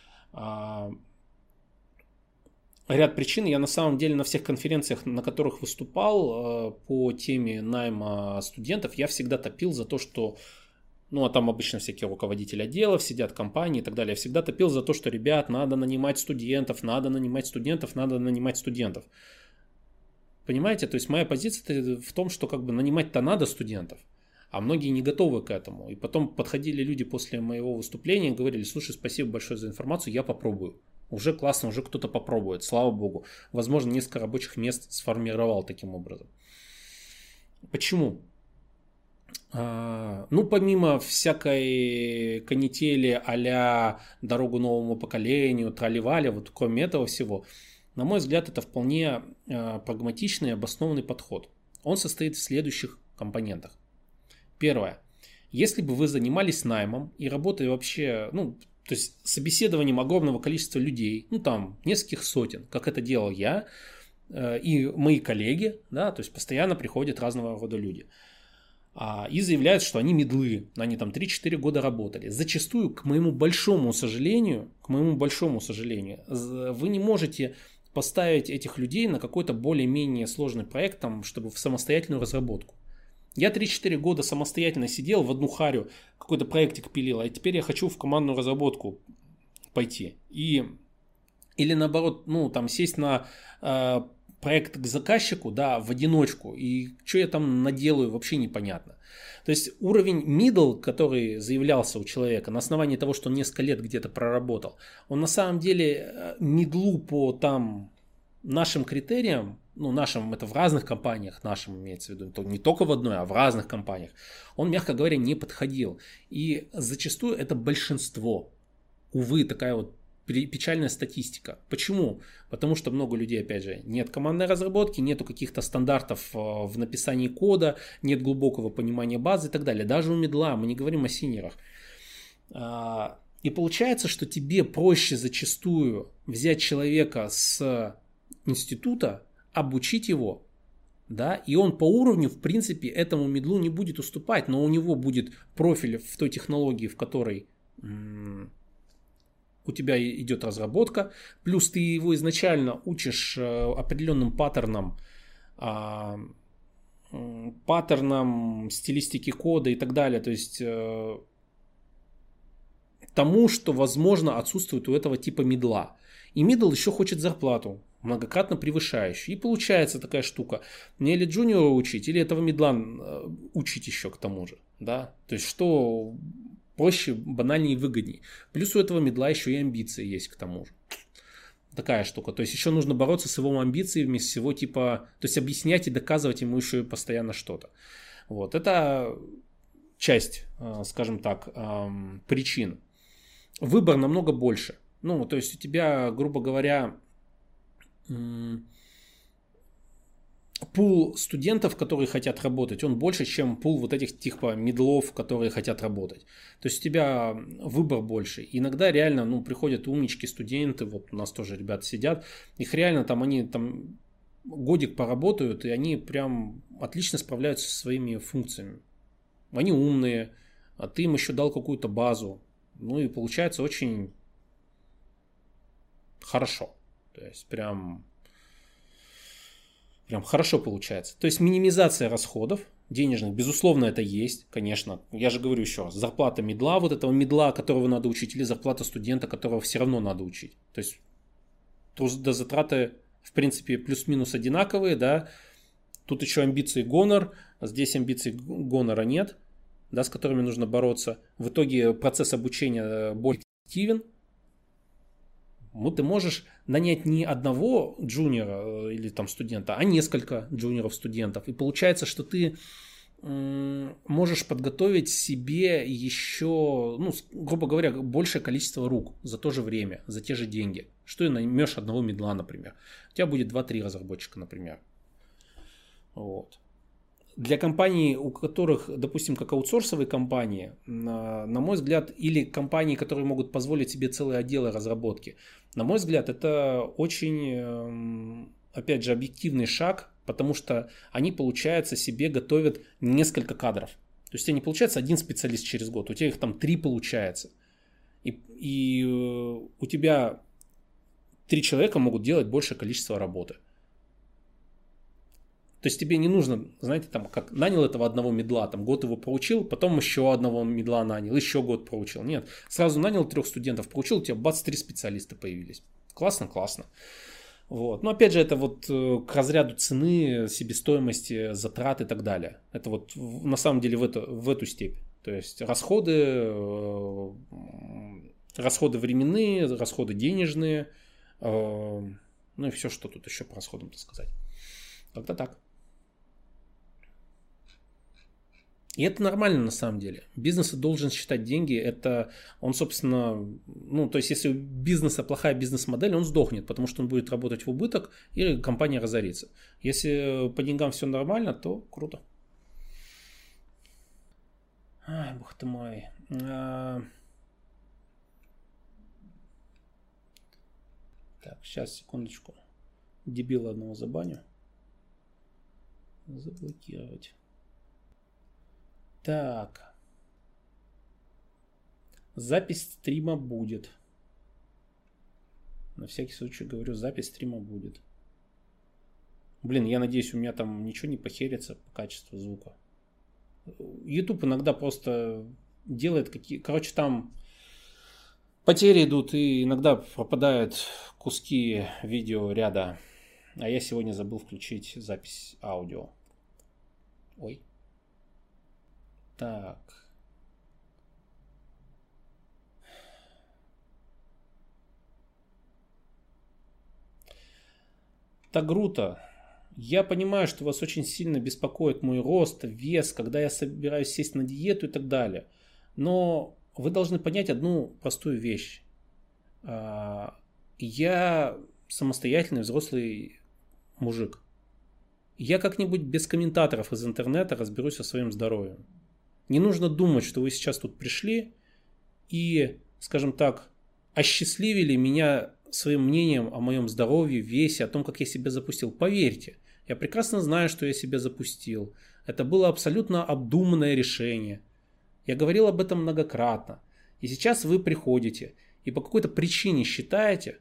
Ряд причин. Я на самом деле на всех конференциях, на которых выступал по теме найма студентов, я всегда топил за то, что а там обычно всякие руководители отделов сидят, компании и так далее. Я всегда топил за то, что, ребят, надо нанимать студентов, надо нанимать студентов, надо нанимать студентов. Понимаете? То есть моя позиция в том, что как бы нанимать-то надо студентов, а многие не готовы к этому. И потом подходили люди после моего выступления и говорили: слушай, спасибо большое за информацию, я попробую. Уже классно, уже кто-то попробует, слава богу. Возможно, несколько рабочих мест сформировал таким образом. Почему? Помимо всякой канители а-ля дорогу новому поколению, трали-вали, вот кроме этого всего, на мой взгляд, это вполне прагматичный и обоснованный подход. Он состоит в следующих компонентах. Первое. Если бы вы занимались наймом и работали вообще, то есть собеседованием огромного количества людей, там нескольких сотен, как это делал я и мои коллеги, да, то есть постоянно приходят разного рода люди, и заявляют, что они мидлы, они там 3-4 года работали. Зачастую, к моему большому сожалению, вы не можете поставить этих людей на какой-то более-менее сложный проект, там, чтобы в самостоятельную разработку. Я 3-4 года самостоятельно сидел в одну харю, какой-то проектик пилил, а теперь я хочу в командную разработку пойти. Или наоборот, сесть на проект к заказчику, да, в одиночку, и что я там наделаю, вообще непонятно. То есть уровень middle, который заявлялся у человека на основании того, что он несколько лет где-то проработал, он на самом деле мидлу по нашим критериям, нашим, это в разных компаниях, нашим имеется в виду, не только в одной, а в разных компаниях, он, мягко говоря, не подходил. И зачастую это большинство. Увы, такая вот печальная статистика. Почему? Потому что много людей, опять же, нет командной разработки, нету каких-то стандартов в написании кода, нет глубокого понимания базы и так далее. Даже у мидла, мы не говорим о синерах. И получается, что тебе проще зачастую взять человека с института, обучить его, да, и он по уровню, в принципе, этому мидлу не будет уступать, но у него будет профиль в той технологии, в которой у тебя идет разработка, плюс ты его изначально учишь определенным паттернам стилистики кода и так далее, то есть тому, что, возможно, отсутствует у этого типа мидла. И мидл еще хочет зарплату, многократно превышающую. И получается такая штука. Мне или джуниора учить, или этого мидла учить еще к тому же. Да? То есть, что проще, банальнее и выгоднее. Плюс у этого мидла еще и амбиции есть к тому же. Такая штука. То есть, еще нужно бороться с его амбициями, с его типа... То есть, объяснять и доказывать ему еще и постоянно что-то. Вот. Это часть, скажем так, причин. Выбор намного больше. То есть, у тебя, грубо говоря... пул студентов, которые хотят работать, он больше, чем пул вот этих типа мидлов, которые хотят работать. То есть у тебя выбор больше. Иногда реально, приходят умнички студенты, вот у нас тоже ребята сидят, их реально они годик поработают, и они прям отлично справляются со своими функциями. Они умные, а ты им еще дал какую-то базу. И получается очень хорошо. То есть прям хорошо получается. То есть минимизация расходов денежных, безусловно, это есть, конечно. Я же говорю еще раз, зарплата мидла, вот этого мидла, которого надо учить, или зарплата студента, которого все равно надо учить. То есть трудозатраты, в принципе, плюс-минус одинаковые, да. Тут еще амбиции гонор, здесь амбиций гонора нет, да, с которыми нужно бороться. В итоге процесс обучения более эффективен. Ты можешь нанять не одного джуниора или студента, а несколько джуниоров-студентов. И получается, что ты можешь подготовить себе еще, грубо говоря, большее количество рук за то же время, за те же деньги. Что ты наймешь одного медла, например. У тебя будет 2-3 разработчика, например. Вот. Для компаний, у которых, допустим, как аутсорсовые компании, на мой взгляд, или компании, которые могут позволить себе целые отделы разработки, на мой взгляд, это очень, опять же, объективный шаг, потому что они, получается, себе готовят несколько кадров. То есть у тебя не получается один специалист через год, у тебя их там 3 получается. И у тебя 3 человека могут делать большее количество работы. То есть тебе не нужно, знаете, там как нанял этого одного медла, там год его проучил, потом еще одного медла нанял, еще год проучил. Нет, сразу нанял 3 студентов, проучил, у тебя бац, 3 специалиста появились. Классно, классно. Вот. Но опять же, это вот к разряду цены, себестоимости, затрат и так далее. Это вот на самом деле в эту степь. То есть расходы временные, расходы денежные, ну и все, что тут еще по расходам-то сказать. Как-то так. И это нормально на самом деле. Бизнес должен считать деньги. Это он, собственно, ну, то есть, если у бизнеса плохая бизнес-модель, он сдохнет, потому что он будет работать в убыток, и компания разорится. Если по деньгам все нормально, то круто. Ай, бог ты мой. Так, сейчас, секундочку. Дебила одного забаню. Заблокировать. Так. Запись стрима будет. На всякий случай говорю, запись стрима будет. Блин, я надеюсь, у меня там ничего не похерится по качеству звука. YouTube иногда просто делает какие... Короче, там потери идут, и иногда пропадают куски видеоряда. А я сегодня забыл включить запись аудио. Ой. Так. Тагрута. Я понимаю, что вас очень сильно беспокоит мой рост, вес, когда я собираюсь сесть на диету и так далее. Но вы должны понять одну простую вещь. Я самостоятельный взрослый мужик. Я как-нибудь без комментаторов из интернета разберусь со своим здоровьем. Не нужно думать, что вы сейчас тут пришли и, скажем так, осчастливили меня своим мнением о моем здоровье, весе, о том, как я себя запустил. Поверьте, я прекрасно знаю, что я себя запустил. Это было абсолютно обдуманное решение. Я говорил об этом многократно. И сейчас вы приходите и по какой-то причине считаете,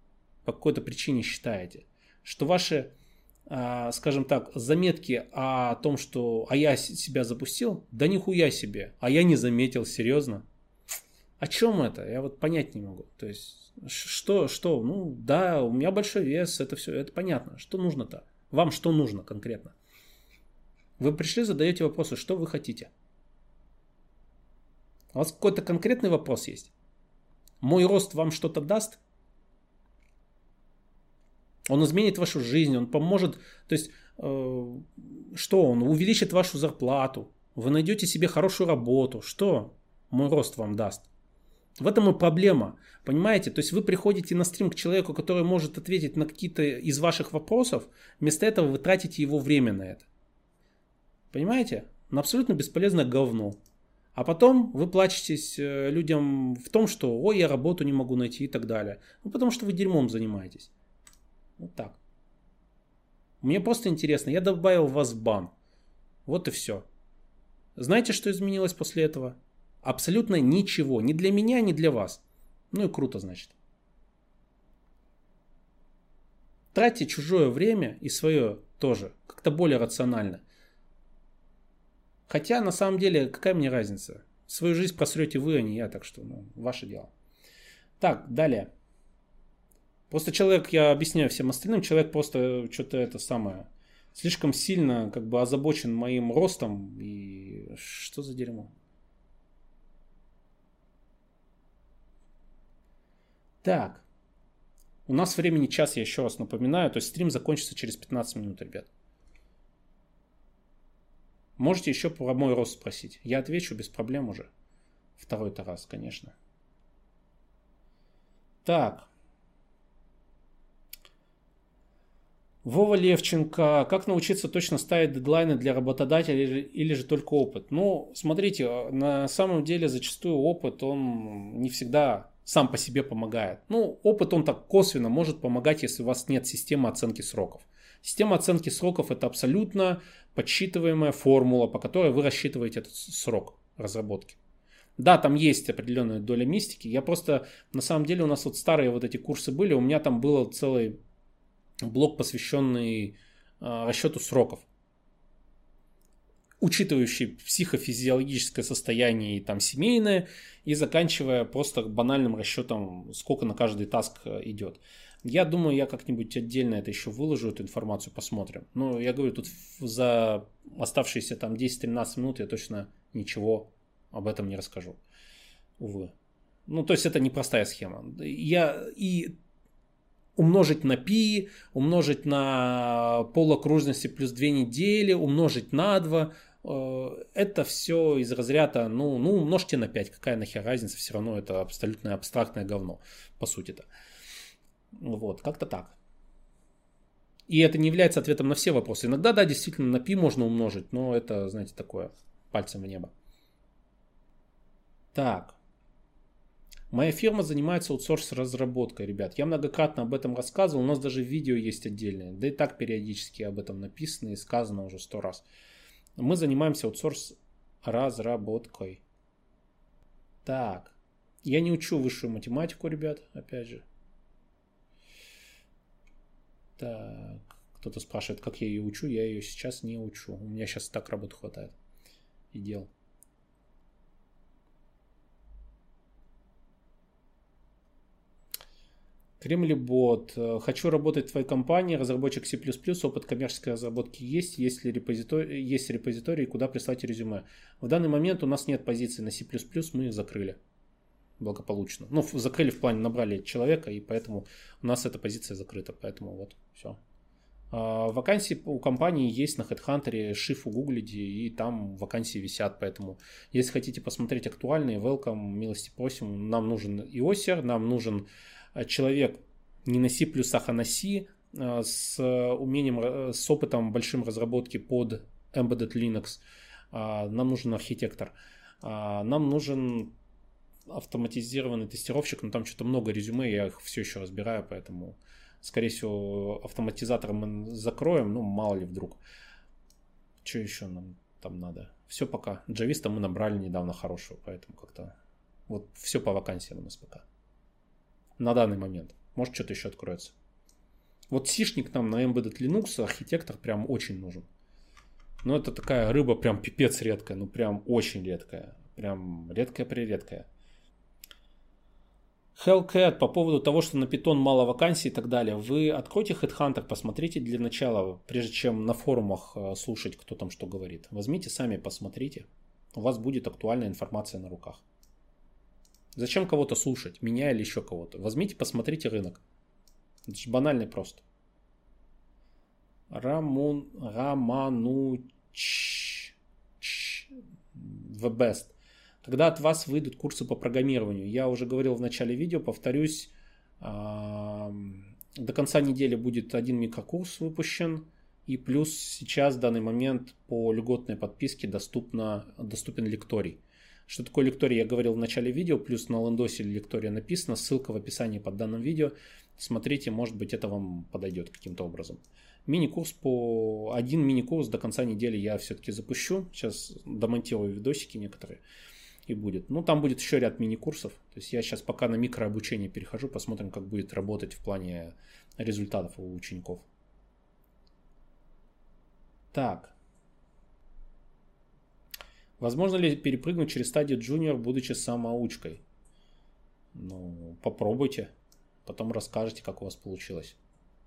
что ваши, скажем так, заметки о том, что я себя запустил, да нихуя себе, а я не заметил, серьезно. О чем это? Я вот понять не могу. То есть, что? Ну, да, у меня большой вес, это все, это понятно. Что нужно-то? Вам что нужно конкретно? Вы пришли, задаете вопросы, что вы хотите? У вас какой-то конкретный вопрос есть? Мой рост вам что-то даст? Он изменит вашу жизнь, он поможет, то есть, что он увеличит вашу зарплату, вы найдете себе хорошую работу, что мой рост вам даст? В этом и проблема, понимаете? То есть вы приходите на стрим к человеку, который может ответить на какие-то из ваших вопросов, вместо этого вы тратите его время на это. Понимаете? На абсолютно бесполезное говно. А потом вы плачетесь людям в том, что ой, я работу не могу найти и так далее. Ну, потому что вы дерьмом занимаетесь. Вот так. Мне просто интересно, я добавил вас в бан. Вот и все. Знаете, что изменилось после этого? Абсолютно ничего. Ни для меня, ни для вас. Ну и круто, значит. Тратьте чужое время и свое тоже. Как-то более рационально. Хотя, на самом деле, какая мне разница? Свою жизнь просрете вы, а не я. Так что, ваше дело. Так, далее. Просто человек, я объясняю всем остальным, человек просто что-то это самое, слишком сильно как бы озабочен моим ростом. И что за дерьмо? Так. У нас времени час, я еще раз напоминаю. То есть стрим закончится через 15 минут, ребят. Можете еще про мой рост спросить. Я отвечу без проблем уже. Второй-то раз, конечно. Так. Вова Левченко. Как научиться точно ставить дедлайны для работодателя или же только опыт? Ну, смотрите, на самом деле зачастую опыт, он не всегда сам по себе помогает. Ну, опыт, он так косвенно может помогать, если у вас нет системы оценки сроков. Система оценки сроков – это абсолютно подсчитываемая формула, по которой вы рассчитываете этот срок разработки. Да, там есть определенная доля мистики. Я просто, на самом деле, у нас вот старые вот эти курсы были, у меня там был целый блок, посвященный расчету сроков, учитывающий психофизиологическое состояние и там семейное, и заканчивая просто банальным расчетом, сколько на каждый таск идет. Я думаю, я как-нибудь отдельно это еще выложу, эту информацию, посмотрим. Но я говорю, тут за оставшиеся там 10-13 минут я точно ничего об этом не расскажу. Увы. Ну, то есть это непростая схема. И умножить на π, умножить на полуокружности плюс 2 недели, умножить на 2. Это все из разряда, ну умножьте на 5, какая нахер разница, все равно это абсолютно абстрактное говно, по сути-то. Вот, как-то так. И это не является ответом на все вопросы. Иногда, да, действительно, на π можно умножить, но это, знаете, такое, пальцем в небо. Так. Моя фирма занимается аутсорс-разработкой, ребят. Я многократно об этом рассказывал, у нас даже видео есть отдельное. Да и так периодически об этом написано и сказано уже 100 раз. Мы занимаемся аутсорс-разработкой. Так. Я не учу высшую математику, ребят, опять же. Так. Кто-то спрашивает, как я ее учу. Я ее сейчас не учу. У меня сейчас так работы хватает. И дел. Кремлебот. Хочу работать в твоей компании, разработчик C++, опыт коммерческой разработки есть, есть репозиторий, куда прислать резюме. В данный момент у нас нет позиции на C++, мы их закрыли благополучно. Ну, закрыли в плане, набрали человека, и поэтому у нас эта позиция закрыта, поэтому вот, все. Вакансии у компании есть на HeadHunter, Shift угуглите, и там вакансии висят, поэтому если хотите посмотреть актуальные, welcome, милости просим. Нам нужен иосер, нам нужен человек не на C++, а на C, с умением, с опытом большим разработки под Embedded Linux. Нам нужен архитектор. Нам нужен автоматизированный тестировщик, но там что-то много резюме, я их все еще разбираю, поэтому, скорее всего, автоматизатор мы закроем, ну, мало ли вдруг. Что еще нам там надо? Все пока. Джависта мы набрали недавно хорошего, поэтому как-то вот все по вакансиям у нас пока. На данный момент. Может, что-то еще откроется. Вот сишник нам на Embedded Linux, архитектор прям очень нужен. Но это такая рыба прям пипец редкая. Ну, прям очень редкая. Прям редкая-прередкая. Hellcat по поводу того, что на Python мало вакансий и так далее. Вы откройте HeadHunter, посмотрите для начала, прежде чем на форумах слушать, кто там что говорит. Возьмите сами, посмотрите. У вас будет актуальная информация на руках. Зачем кого-то слушать, меня или еще кого-то? Возьмите, посмотрите рынок. Это же банально и просто. Романуч The Best. Когда от вас выйдут курсы по программированию? Я уже говорил в начале видео, повторюсь. До конца недели будет один микрокурс выпущен. И плюс сейчас в данный момент по льготной подписке доступен лекторий. Что такое лекторий, я говорил в начале видео, плюс на лендосе лектория написано, ссылка в описании под данным видео. Смотрите, может быть, это вам подойдет каким-то образом. Один мини-курс до конца недели я все-таки запущу. Сейчас домонтирую видосики некоторые и будет. Ну, там будет еще ряд мини-курсов. То есть я сейчас пока на микрообучение перехожу, посмотрим, как будет работать в плане результатов у учеников. Так. Возможно ли перепрыгнуть через стадию джуниор, будучи самоучкой? Ну, попробуйте. Потом расскажете, как у вас получилось.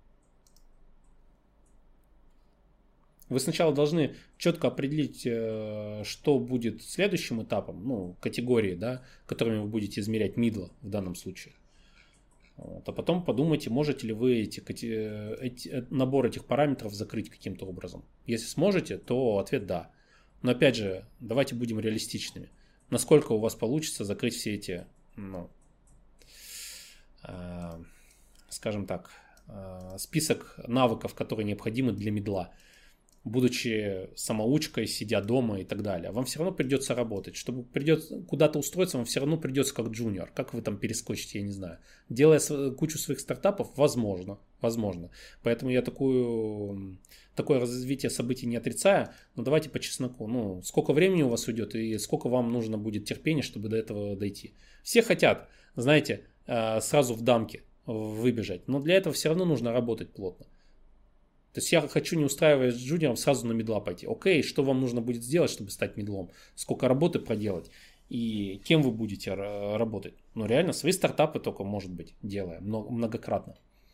Вы сначала должны четко определить, что будет следующим этапом, ну, категории, да, которыми вы будете измерять мидла в данном случае. Вот. А потом подумайте, можете ли вы набор этих параметров закрыть каким-то образом. Если сможете, то ответ да. Но опять же, давайте будем реалистичными. Насколько у вас получится закрыть все эти, ну, скажем так, список навыков, которые необходимы для мидла, будучи самоучкой, сидя дома и так далее. Вам все равно придется работать. Чтобы куда-то устроиться, вам все равно придется как джуниор. Как вы там перескочите, я не знаю. Делая кучу своих стартапов, возможно. Поэтому я такое развитие событий не отрицаю. Но давайте по чесноку. Сколько времени у вас уйдет и сколько вам нужно будет терпения, чтобы до этого дойти. Все хотят, знаете, сразу в дамке выбежать. Но для этого все равно нужно работать плотно. То есть я хочу, не устраиваясь с джуниором, сразу на мидла пойти. Окей, что вам нужно будет сделать, чтобы стать мидлом? Сколько работы проделать? И кем вы будете работать? Реально, свои стартапы только, может быть, делая многократно.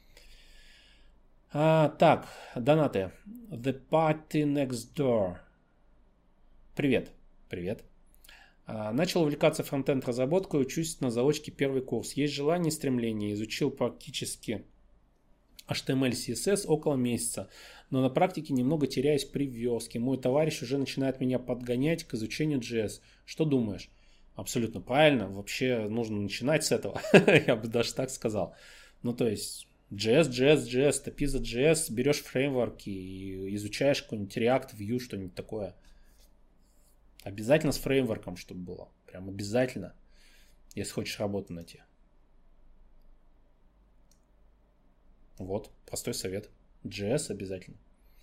Так, донаты. The Party Next Door. Привет. Начал увлекаться фронтенд разработкой, учусь на заочке первый курс. Есть желание и стремление. Изучил практически HTML, CSS около месяца, но на практике немного теряюсь при верстке. Мой товарищ уже начинает меня подгонять к изучению JS. Что думаешь? Абсолютно правильно. Вообще нужно начинать с этого. Я бы даже так сказал. То есть JS, топи за JS, берешь фреймворки и изучаешь какой-нибудь React, Vue, что-нибудь такое. Обязательно с фреймворком, чтобы было. Прям обязательно, если хочешь работу найти. Вот, простой совет. JS обязательно.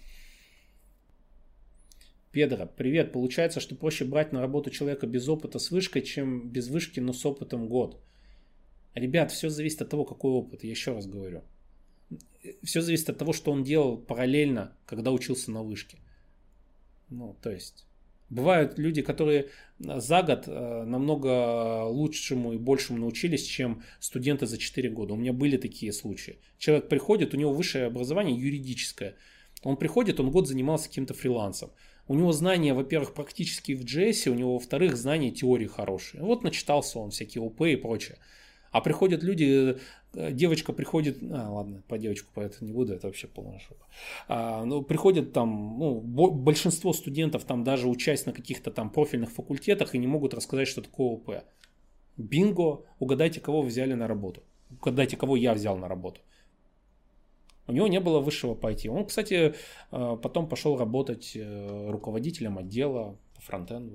Педро, привет. Получается, что проще брать на работу человека без опыта с вышкой, чем без вышки, но с опытом год. Ребят, все зависит от того, какой опыт. Я еще раз говорю. Все зависит от того, что он делал параллельно, когда учился на вышке. То есть... Бывают люди, которые за год намного лучшему и большему научились, чем студенты за 4 года. У меня были такие случаи. Человек приходит, у него высшее образование юридическое. Он приходит, он год занимался каким-то фрилансом. У него знания, во-первых, практически в JS, у него, во-вторых, знания теории хорошие. Вот начитался он всякие ОП и прочее. А приходят люди, девочка приходит, ладно, по девочку по это не буду, это вообще полная шоба. Приходят там, большинство студентов там даже учась на каких-то там профильных факультетах и не могут рассказать, что такое ОП. Бинго, угадайте, кого вы взяли на работу. Угадайте, кого я взял на работу. У него не было высшего по IT. Он, кстати, потом пошел работать руководителем отдела по фронтенду.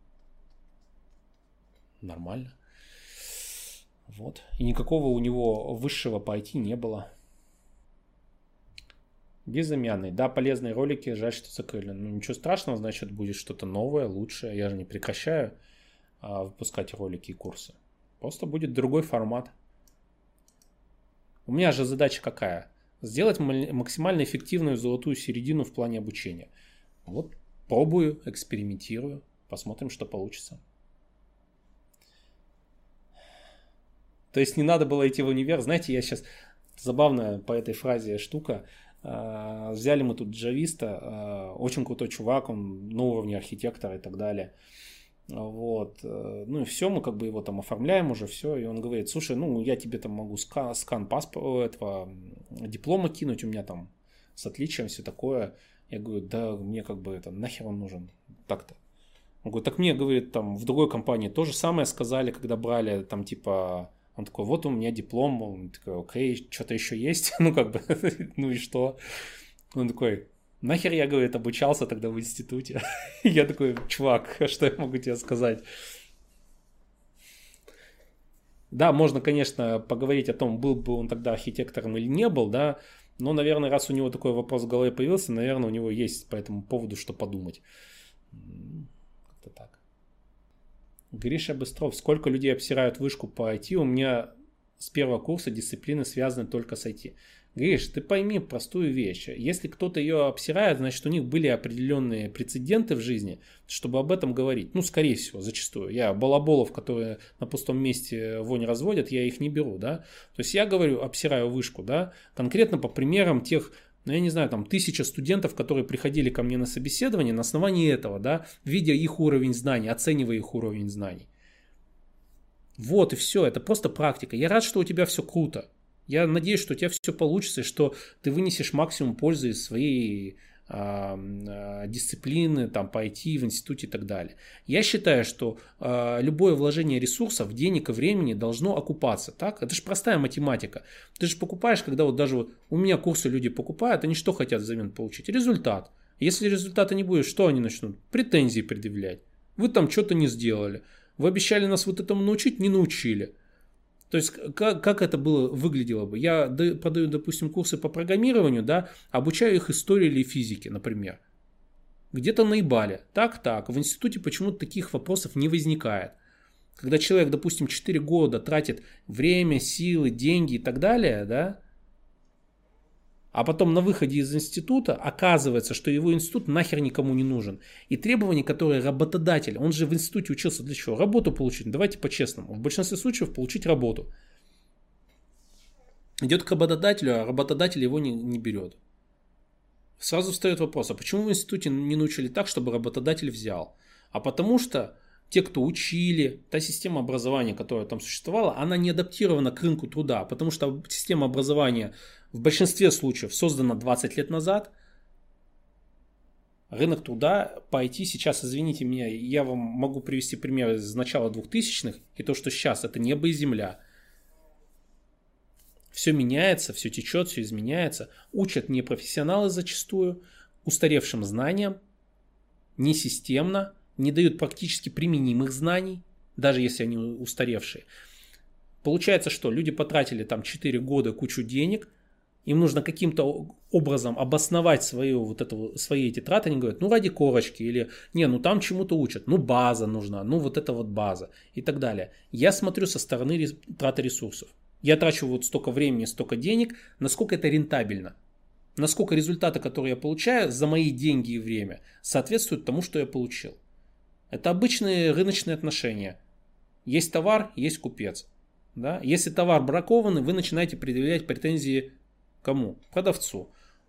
Нормально. Вот. И никакого у него высшего по IT не было. Безымянный. Да, полезные ролики. Жаль, что закрыли. Ничего страшного, значит, будет что-то новое, лучшее. Я же не прекращаю выпускать ролики и курсы. Просто будет другой формат. У меня же задача какая? Сделать максимально эффективную золотую середину в плане обучения. Вот пробую, экспериментирую. Посмотрим, что получится. То есть не надо было идти в универ. Знаете, я сейчас забавная по этой фразе штука. Взяли мы тут джависта, очень крутой чувак, он на уровне архитектора и так далее. Вот. И все, мы как бы его там оформляем уже, все. И он говорит, слушай, я тебе там могу скан паспорта, этого диплома кинуть, у меня там с отличием все такое. Я говорю, да мне как бы это нахер он нужен так-то. Он говорит, так мне, говорит, там в другой компании то же самое сказали, когда брали там типа... Он такой, вот у меня диплом, он такой, окей, что-то еще есть, ну и что? Он такой, нахер я, говорит, обучался тогда в институте? Я такой, чувак, что я могу тебе сказать? Да, можно, конечно, поговорить о том, был бы он тогда архитектором или не был, да, но, наверное, раз у него такой вопрос в голове появился, наверное, у него есть по этому поводу что подумать. Как-то так. Гриша Быстров. Сколько людей обсирают вышку по IT? У меня с первого курса дисциплины связаны только с IT. Гриш, ты пойми простую вещь. Если кто-то ее обсирает, значит, у них были определенные прецеденты в жизни, чтобы об этом говорить. Скорее всего, зачастую. Я балаболов, которые на пустом месте вонь разводят, я их не беру, да. То есть я говорю, обсираю вышку, да, конкретно по примерам тех, я не знаю, там 1000 студентов, которые приходили ко мне на собеседование на основании этого, да, видя их уровень знаний, оценивая их уровень знаний. Вот и все, это просто практика. Я рад, что у тебя все круто. Я надеюсь, что у тебя все получится, и что ты вынесешь максимум пользы из своей дисциплины там, по IT в институте и так далее. Я считаю, что любое вложение ресурсов, денег и времени должно окупаться. Так? Это же простая математика. Ты же покупаешь, когда вот даже вот у меня курсы люди покупают, они что хотят взамен получить? Результат. Если результата не будет, что они начнут? Претензии предъявлять. Вы там что-то не сделали. Вы обещали нас вот этому научить, не научили. То есть, как это выглядело бы? Я продаю, допустим, курсы по программированию, да, обучаю их истории или физике, например. Где-то наебали. Так. В институте почему-то таких вопросов не возникает. Когда человек, допустим, 4 года тратит время, силы, деньги и так далее, да, а потом на выходе из института оказывается, что его институт нахер никому не нужен. И требования, которые работодатель, он же в институте учился для чего? Работу получить. Давайте по-честному. В большинстве случаев получить работу. Идет к работодателю, а работодатель его не берет. Сразу встает вопрос, а почему в институте не научили так, чтобы работодатель взял? А потому что те, кто учили, та система образования, которая там существовала, она не адаптирована к рынку труда, потому что система образования в большинстве случаев создана 20 лет назад. Рынок труда по IT сейчас, извините меня, я вам могу привести пример из начала 2000-х, и то, что сейчас, это небо и земля. Все меняется, все течет, все изменяется. Учат не профессионалы зачастую, устаревшим знаниям, не системно, не дают практически применимых знаний, даже если они устаревшие. Получается, что люди потратили там 4 года кучу денег, им нужно каким-то образом обосновать свои эти траты, они говорят, ну ради корочки, или не, ну там чему-то учат, ну база нужна, ну вот это вот база и так далее. Я смотрю со стороны траты ресурсов. Я трачу вот столько времени, столько денег, насколько это рентабельно. Насколько результаты, которые я получаю за мои деньги и время, соответствуют тому, что я получил. Это обычные рыночные отношения. Есть товар, есть купец. Да? Если товар бракованный, вы начинаете предъявлять претензии кому? Продавцу.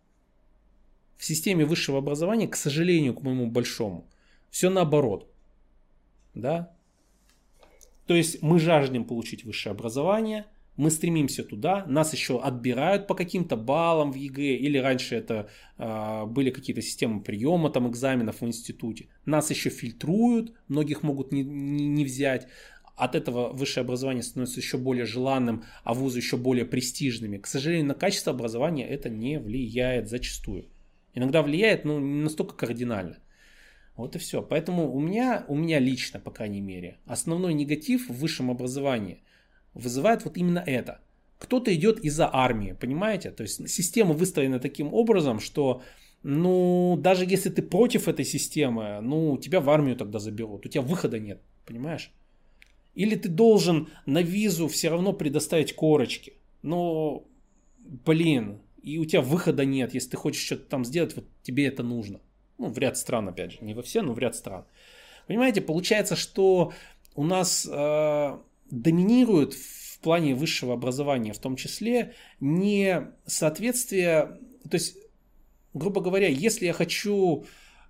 В системе высшего образования, к сожалению, к моему большому, все наоборот. Да? То есть мы жаждем получить высшее образование, мы стремимся туда, нас еще отбирают по каким-то баллам в ЕГЭ, или раньше это были какие-то системы приема там, экзаменов в институте. Нас еще фильтруют, многих могут не взять. От этого высшее образование становится еще более желанным, а вузы еще более престижными. К сожалению, на качество образования это не влияет зачастую. Иногда влияет, но не настолько кардинально. Вот и все. Поэтому у меня лично, по крайней мере, основной негатив в высшем образовании вызывает вот именно это. Кто-то идет из-за армии, понимаете? То есть система выстроена таким образом, что даже если ты против этой системы, тебя в армию тогда заберут, у тебя выхода нет, понимаешь? Или ты должен на визу все равно предоставить корочки. Но, и у тебя выхода нет, если ты хочешь что-то там сделать, вот тебе это нужно. В ряд стран, опять же, не во все, но в ряд стран. Понимаете, получается, что у нас доминирует в плане высшего образования, в том числе, не соответствие, то есть, грубо говоря, если я хочу,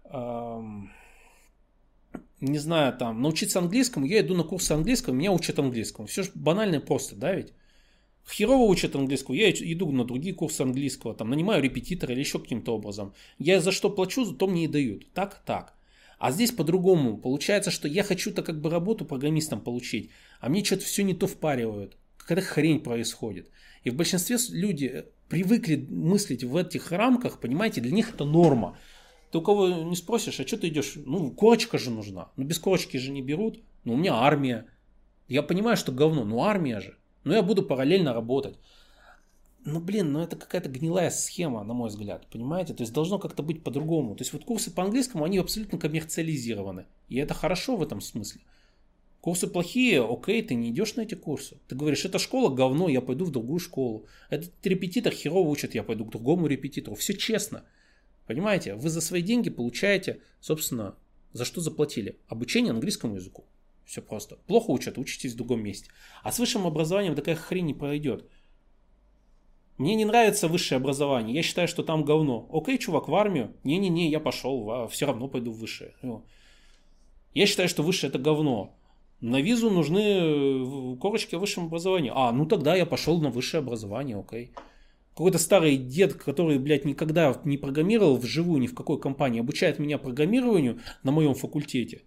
не знаю, там, научиться английскому, я иду на курсы английского, меня учат английскому. Все же банально и просто, да, ведь? Херово учат английскому, я иду на другие курсы английского, там, нанимаю репетитора или еще каким-то образом. Я за что плачу, за то мне и дают. Так. А здесь по-другому. Получается, что я хочу-то как бы работу программистом получить, а мне что-то все не то впаривают. Какая-то хрень происходит. И в большинстве люди привыкли мыслить в этих рамках, понимаете, для них это норма. Ты у кого не спросишь, а что ты идешь? Корочка же нужна. Без корочки же не берут. У меня армия. Я понимаю, что говно, армия же. Я буду параллельно работать. Это какая-то гнилая схема, на мой взгляд, понимаете? То есть должно как-то быть по-другому. То есть вот курсы по английскому, они абсолютно коммерциализированы. И это хорошо в этом смысле. Курсы плохие, окей, ты не идешь на эти курсы. Ты говоришь, эта школа говно, я пойду в другую школу. Этот репетитор херово учит, я пойду к другому репетитору. Все честно. Понимаете? Вы за свои деньги получаете, собственно, за что заплатили. Обучение английскому языку. Все просто. Плохо учат, учитесь в другом месте. А с высшим образованием такая хрень не пройдет. Мне не нравится высшее образование. Я считаю, что там говно. Окей, чувак, в армию? Не-не-не, я пошел, все равно пойду в высшее. Я считаю, что высшее это говно. На визу нужны корочки о высшем образовании. Тогда я пошел на высшее образование, окей. Какой-то старый дед, который, блядь, никогда не программировал вживую ни в какой компании, обучает меня программированию на моем факультете.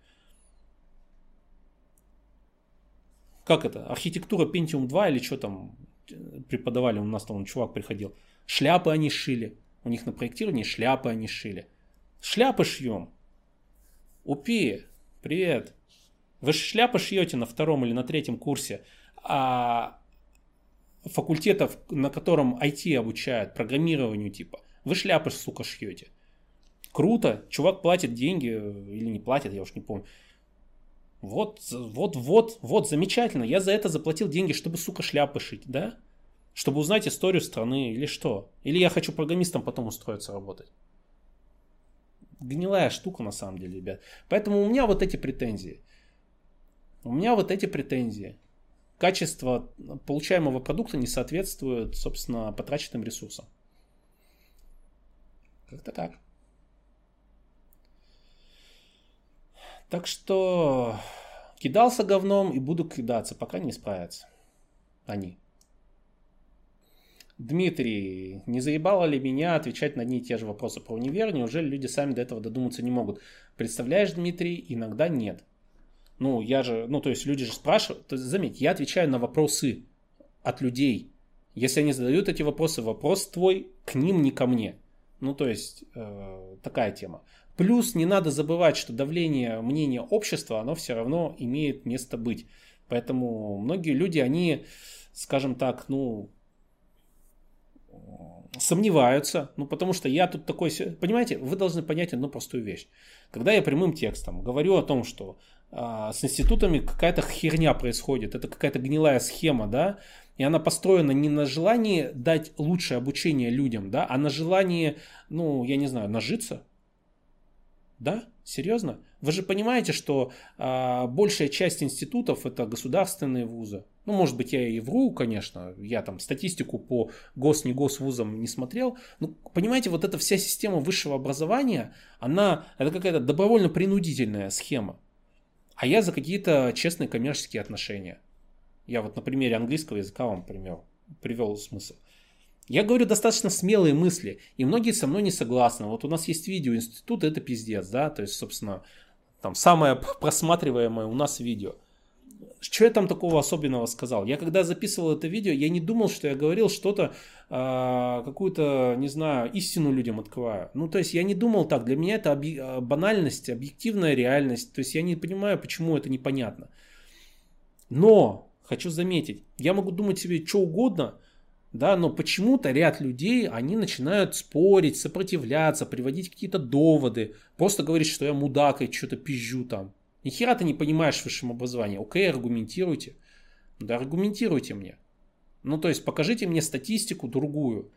Как это? Архитектура Pentium 2 или что там преподавали? У нас там чувак приходил. Шляпы они шили. У них на проектировании шляпы они шили. Шляпы шьем. УПИ, привет. Вы же шляпы шьете на 2-м или на 3-м курсе, а факультетов, на котором IT обучают, программированию типа, вы шляпы, сука, шьете. Круто, чувак платит деньги, или не платит, я уж не помню. Вот, замечательно. Я за это заплатил деньги, чтобы, сука, шляпы шить, да? Чтобы узнать историю страны или что? Или я хочу программистом потом устроиться работать? Гнилая штука на самом деле, ребят. Поэтому у меня вот эти претензии. Качество получаемого продукта не соответствует, собственно, потраченным ресурсам. Как-то так. Так что кидался говном и буду кидаться, пока не справятся они. Дмитрий, не заебало ли меня отвечать на одни и те же вопросы про универ? Неужели люди сами до этого додуматься не могут? Представляешь, Дмитрий, иногда нет. То есть люди же спрашивают. То есть, заметь, я отвечаю на вопросы от людей. Если они задают эти вопросы, вопрос твой к ним, не ко мне. Такая тема. Плюс не надо забывать, что давление мнения общества, оно все равно имеет место быть. Поэтому многие люди, они, скажем так, сомневаются, потому что я тут такой... Понимаете, вы должны понять одну простую вещь. Когда я прямым текстом говорю о том, что с институтами какая-то херня происходит, это какая-то гнилая схема, да, и она построена не на желании дать лучшее обучение людям, да, а на желании, нажиться. Да? Серьезно? Вы же понимаете, что большая часть институтов это государственные вузы. Может быть, я и вру, конечно. Я там статистику по не госвузам не смотрел. Понимаете, вот эта вся система высшего образования, это какая-то добровольно-принудительная схема. А я за какие-то честные коммерческие отношения. Я вот на примере английского языка вам привел смысл. Я говорю достаточно смелые мысли, и многие со мной не согласны. Вот у нас есть видео, институт это пиздец, да, то есть, собственно, там самое просматриваемое у нас видео. Что я там такого особенного сказал? Я когда записывал это видео, я не думал, что я говорил что-то, какую-то, не знаю, истину людям открываю. То есть я не думал так, для меня это банальность, объективная реальность, то есть я не понимаю, почему это непонятно. Но, хочу заметить, я могу думать себе что угодно, да, но почему-то ряд людей, они начинают спорить, сопротивляться, приводить какие-то доводы, просто говорить, что я мудак и что-то пизжу там. Ни хера ты не понимаешь в высшем образовании. Окей, аргументируйте. Да, аргументируйте мне. То есть покажите мне статистику другую.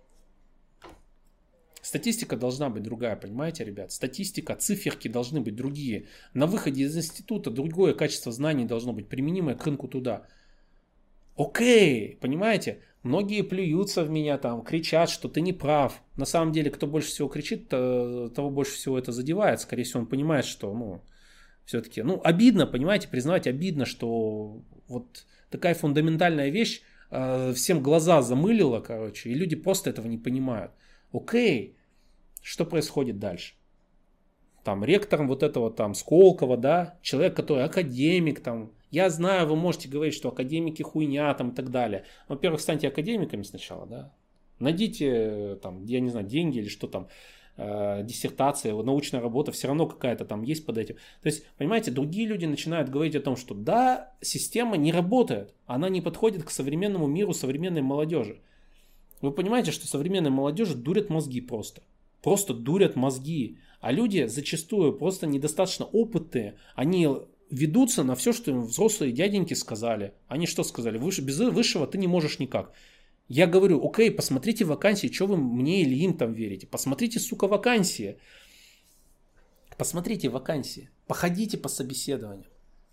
Статистика должна быть другая, понимаете, ребят? Статистика, циферки должны быть другие. На выходе из института другое качество знаний должно быть применимое к рынку туда. Окей, понимаете? Многие плюются в меня там, кричат, что ты не прав. На самом деле, кто больше всего кричит, того больше всего это задевает. Скорее всего, он понимает, что, все-таки, обидно, понимаете, признавать обидно, что вот такая фундаментальная вещь всем глаза замылила, и люди просто этого не понимают. Окей, что происходит дальше? Там ректором вот этого там Сколково, да, человек, который академик там. Я знаю, вы можете говорить, что академики хуйня там и так далее. Во-первых, станьте академиками сначала, да. Найдите там, я не знаю, деньги или что там, диссертация, научная работа, все равно какая-то там есть под этим. То есть, понимаете, другие люди начинают говорить о том, что да, система не работает, она не подходит к современному миру, современной молодежи. Вы понимаете, что современной молодежи дурят мозги просто. Просто дурят мозги. А люди зачастую просто недостаточно опытные, они ведутся на все, что им взрослые дяденьки сказали. Они что сказали? Без высшего ты не можешь никак. Я говорю, окей, посмотрите вакансии, что вы мне или им там верите. Посмотрите, сука, вакансии. Посмотрите вакансии. Походите по собеседованию.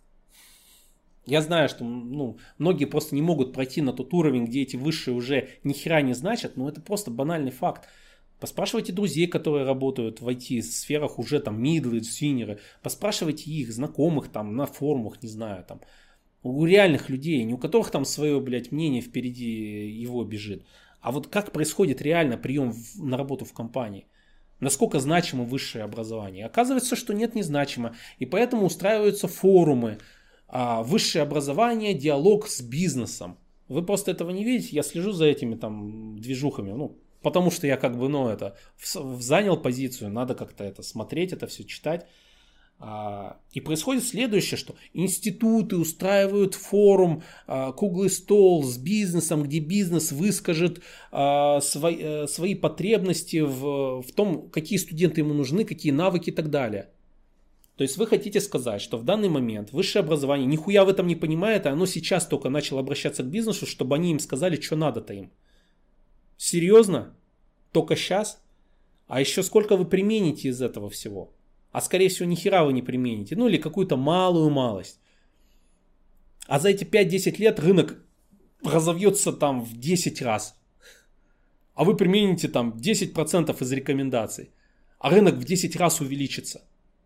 Я знаю, что многие просто не могут пройти на тот уровень, где эти высшие уже ни хера не значат, но это просто банальный факт. Поспрашивайте друзей, которые работают в IT-сферах, уже там мидлы, синеры. Поспрашивайте их, знакомых там на форумах, не знаю, там. У реальных людей, не у которых там свое, мнение впереди его бежит. А вот как происходит реально прием на работу в компании? Насколько значимо высшее образование? Оказывается, что нет, не значимо. И поэтому устраиваются форумы. Высшее образование, диалог с бизнесом. Вы просто этого не видите. Я слежу за этими там движухами. Ну, потому что я как бы, занял позицию. Надо как-то это смотреть, это все читать. И происходит следующее, что институты устраивают форум, круглый стол с бизнесом, где бизнес выскажет свои потребности в том, какие студенты ему нужны, какие навыки и так далее. То есть вы хотите сказать, что в данный момент высшее образование нихуя в этом не понимает, а оно сейчас только начало обращаться к бизнесу, чтобы они им сказали, что надо-то им. Серьезно? Только сейчас? А еще сколько вы примените из этого всего? А скорее всего ни хера вы не примените. Ну или какую-то малую малость. А за эти 5-10 лет рынок разовьется там в 10 раз. А вы примените там 10% из рекомендаций. А рынок в 10 раз увеличится.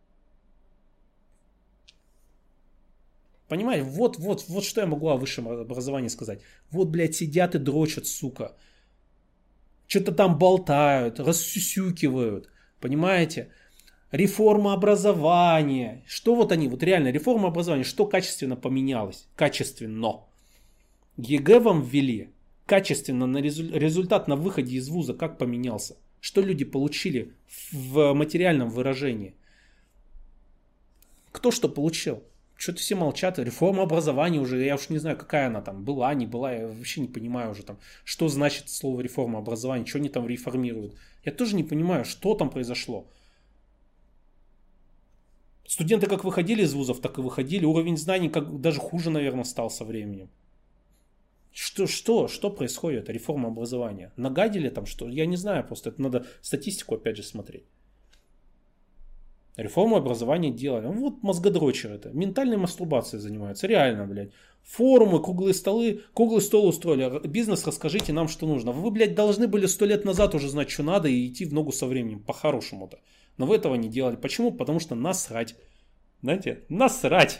Понимаете, вот что я могу о высшем образовании сказать. Вот, блядь, сидят и дрочат, сука. Что-то там болтают, рассюсюкивают. Понимаете? Реформа образования. Что вот они, вот реально, реформа образования, что качественно поменялось? Качественно. ЕГЭ вам ввели. Качественно на результат на выходе из вуза как поменялся? Что люди получили в материальном выражении? Кто что получил? Что-то все молчат. Реформа образования уже, я уж не знаю, какая она там была, не была, я вообще не понимаю уже там, что значит слово реформа образования, что они там реформируют. Я тоже не понимаю, что там произошло. Студенты как выходили из вузов, так и выходили. Уровень знаний как даже хуже, наверное, стал со временем. Что происходит? Реформа образования. Нагадили там что? Я не знаю просто. Это надо статистику опять же смотреть. Реформу образования делали. Вот мозгодрочеры это. Ментальной мастурбацией занимаются. Реально, блядь. Форумы, круглые столы. Круглый стол устроили. Бизнес, расскажите нам, что нужно. Вы, блядь, должны были 100 лет назад уже знать, что надо, и идти в ногу со временем. По-хорошему-то. Но вы этого не делали. Почему? Потому что насрать. Знаете? Насрать.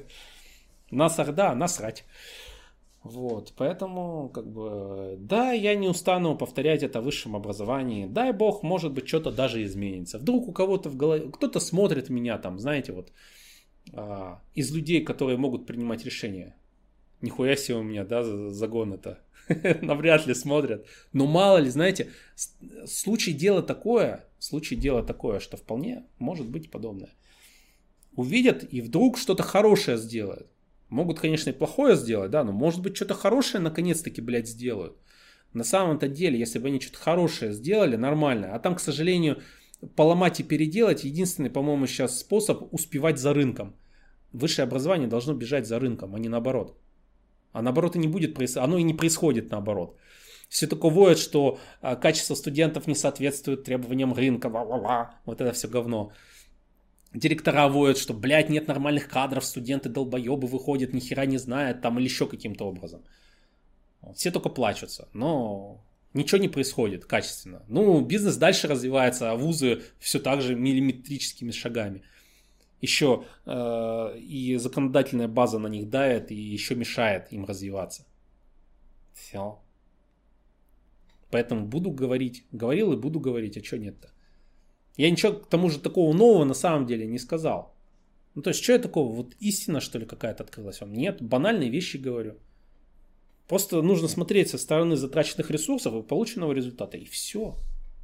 Насрать. Вот. Поэтому, как бы, да, я не устану повторять это в высшем образовании. Дай бог, может быть, что-то даже изменится. Вдруг у кого-то в голове, кто-то смотрит меня там, знаете, вот, из людей, которые могут принимать решения. Нихуя себе у меня, да, загон это. Навряд ли смотрят. Но мало ли, знаете, случай дела такое, что вполне может быть подобное. Увидят и вдруг что-то хорошее сделают. Могут, конечно, и плохое сделать, да, но может быть что-то хорошее наконец-таки, блядь, сделают. На самом-то деле, если бы они что-то хорошее сделали, нормально. А там, к сожалению, поломать и переделать единственный, по-моему, сейчас способ успевать за рынком. Высшее образование должно бежать за рынком, а не наоборот. А наоборот и не будет, оно и не происходит наоборот. Все только воют, что качество студентов не соответствует требованиям рынка, вот это все говно. Директора воют, что, блядь, нет нормальных кадров, студенты долбоебы выходят, ни хера не знают, там или еще каким-то образом. Все только плачутся, но ничего не происходит качественно. Ну, бизнес дальше развивается, а вузы все так же миллиметрическими шагами. Еще и законодательная база на них давит и еще мешает им развиваться. Все. Поэтому буду говорить. Говорил и буду говорить, а что нет-то? Я ничего к тому же такого нового на самом деле не сказал. Ну, то есть, что я такого? Вот истина, что ли, какая-то открылась вам? Нет, банальные вещи говорю. Просто нужно смотреть со стороны затраченных ресурсов и полученного результата. И все.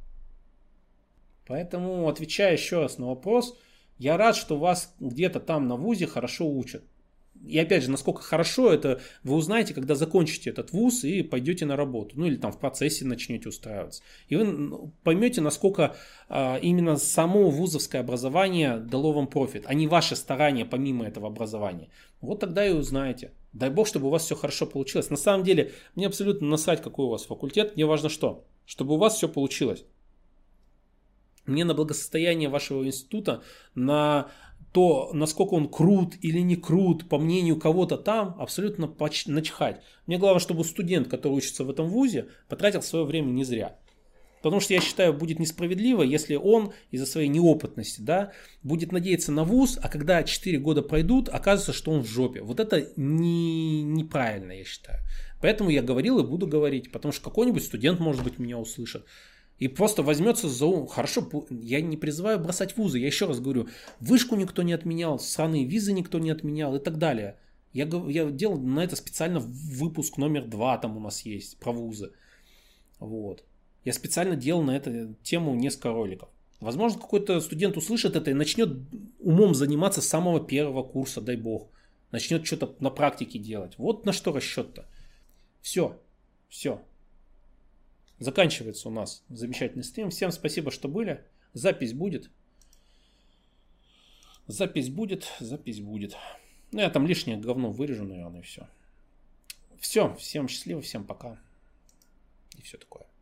Поэтому, отвечая еще раз на вопрос, я рад, что вас где-то там на вузе хорошо учат. И опять же, насколько хорошо это вы узнаете, когда закончите этот вуз и пойдете на работу. Ну или там в процессе начнете устраиваться. И вы поймете, насколько именно само вузовское образование дало вам профит, а не ваши старания помимо этого образования. Вот тогда и узнаете. Дай бог, чтобы у вас все хорошо получилось. На самом деле, мне абсолютно насрать, какой у вас факультет. Мне важно что? Чтобы у вас все получилось. Мне на благосостояние вашего института, на то, насколько он крут или не крут, по мнению кого-то там, абсолютно начхать. Мне главное, чтобы студент, который учится в этом вузе, потратил свое время не зря. Потому что я считаю, будет несправедливо, если он из-за своей неопытности, да, будет надеяться на вуз, а когда 4 года пройдут, окажется, что он в жопе. Вот это неправильно, я считаю. Поэтому я говорил и буду говорить, потому что какой-нибудь студент, может быть, меня услышит. И просто возьмется за ум. Хорошо, я не призываю бросать вузы. Я еще раз говорю, вышку никто не отменял, сраные визы никто не отменял и так далее. Я делал на это специально выпуск номер 2 там у нас есть, про вузы. Вот. Я специально делал на эту тему несколько роликов. Возможно, какой-то студент услышит это и начнет умом заниматься с самого первого курса, дай бог. Начнет что-то на практике делать. Вот на что расчет-то. Все. Заканчивается у нас замечательный стрим. Всем спасибо, что были. Запись будет. Ну, я там лишнее говно вырежу, наверное, и все. Все, всем счастливо, всем пока. И все такое.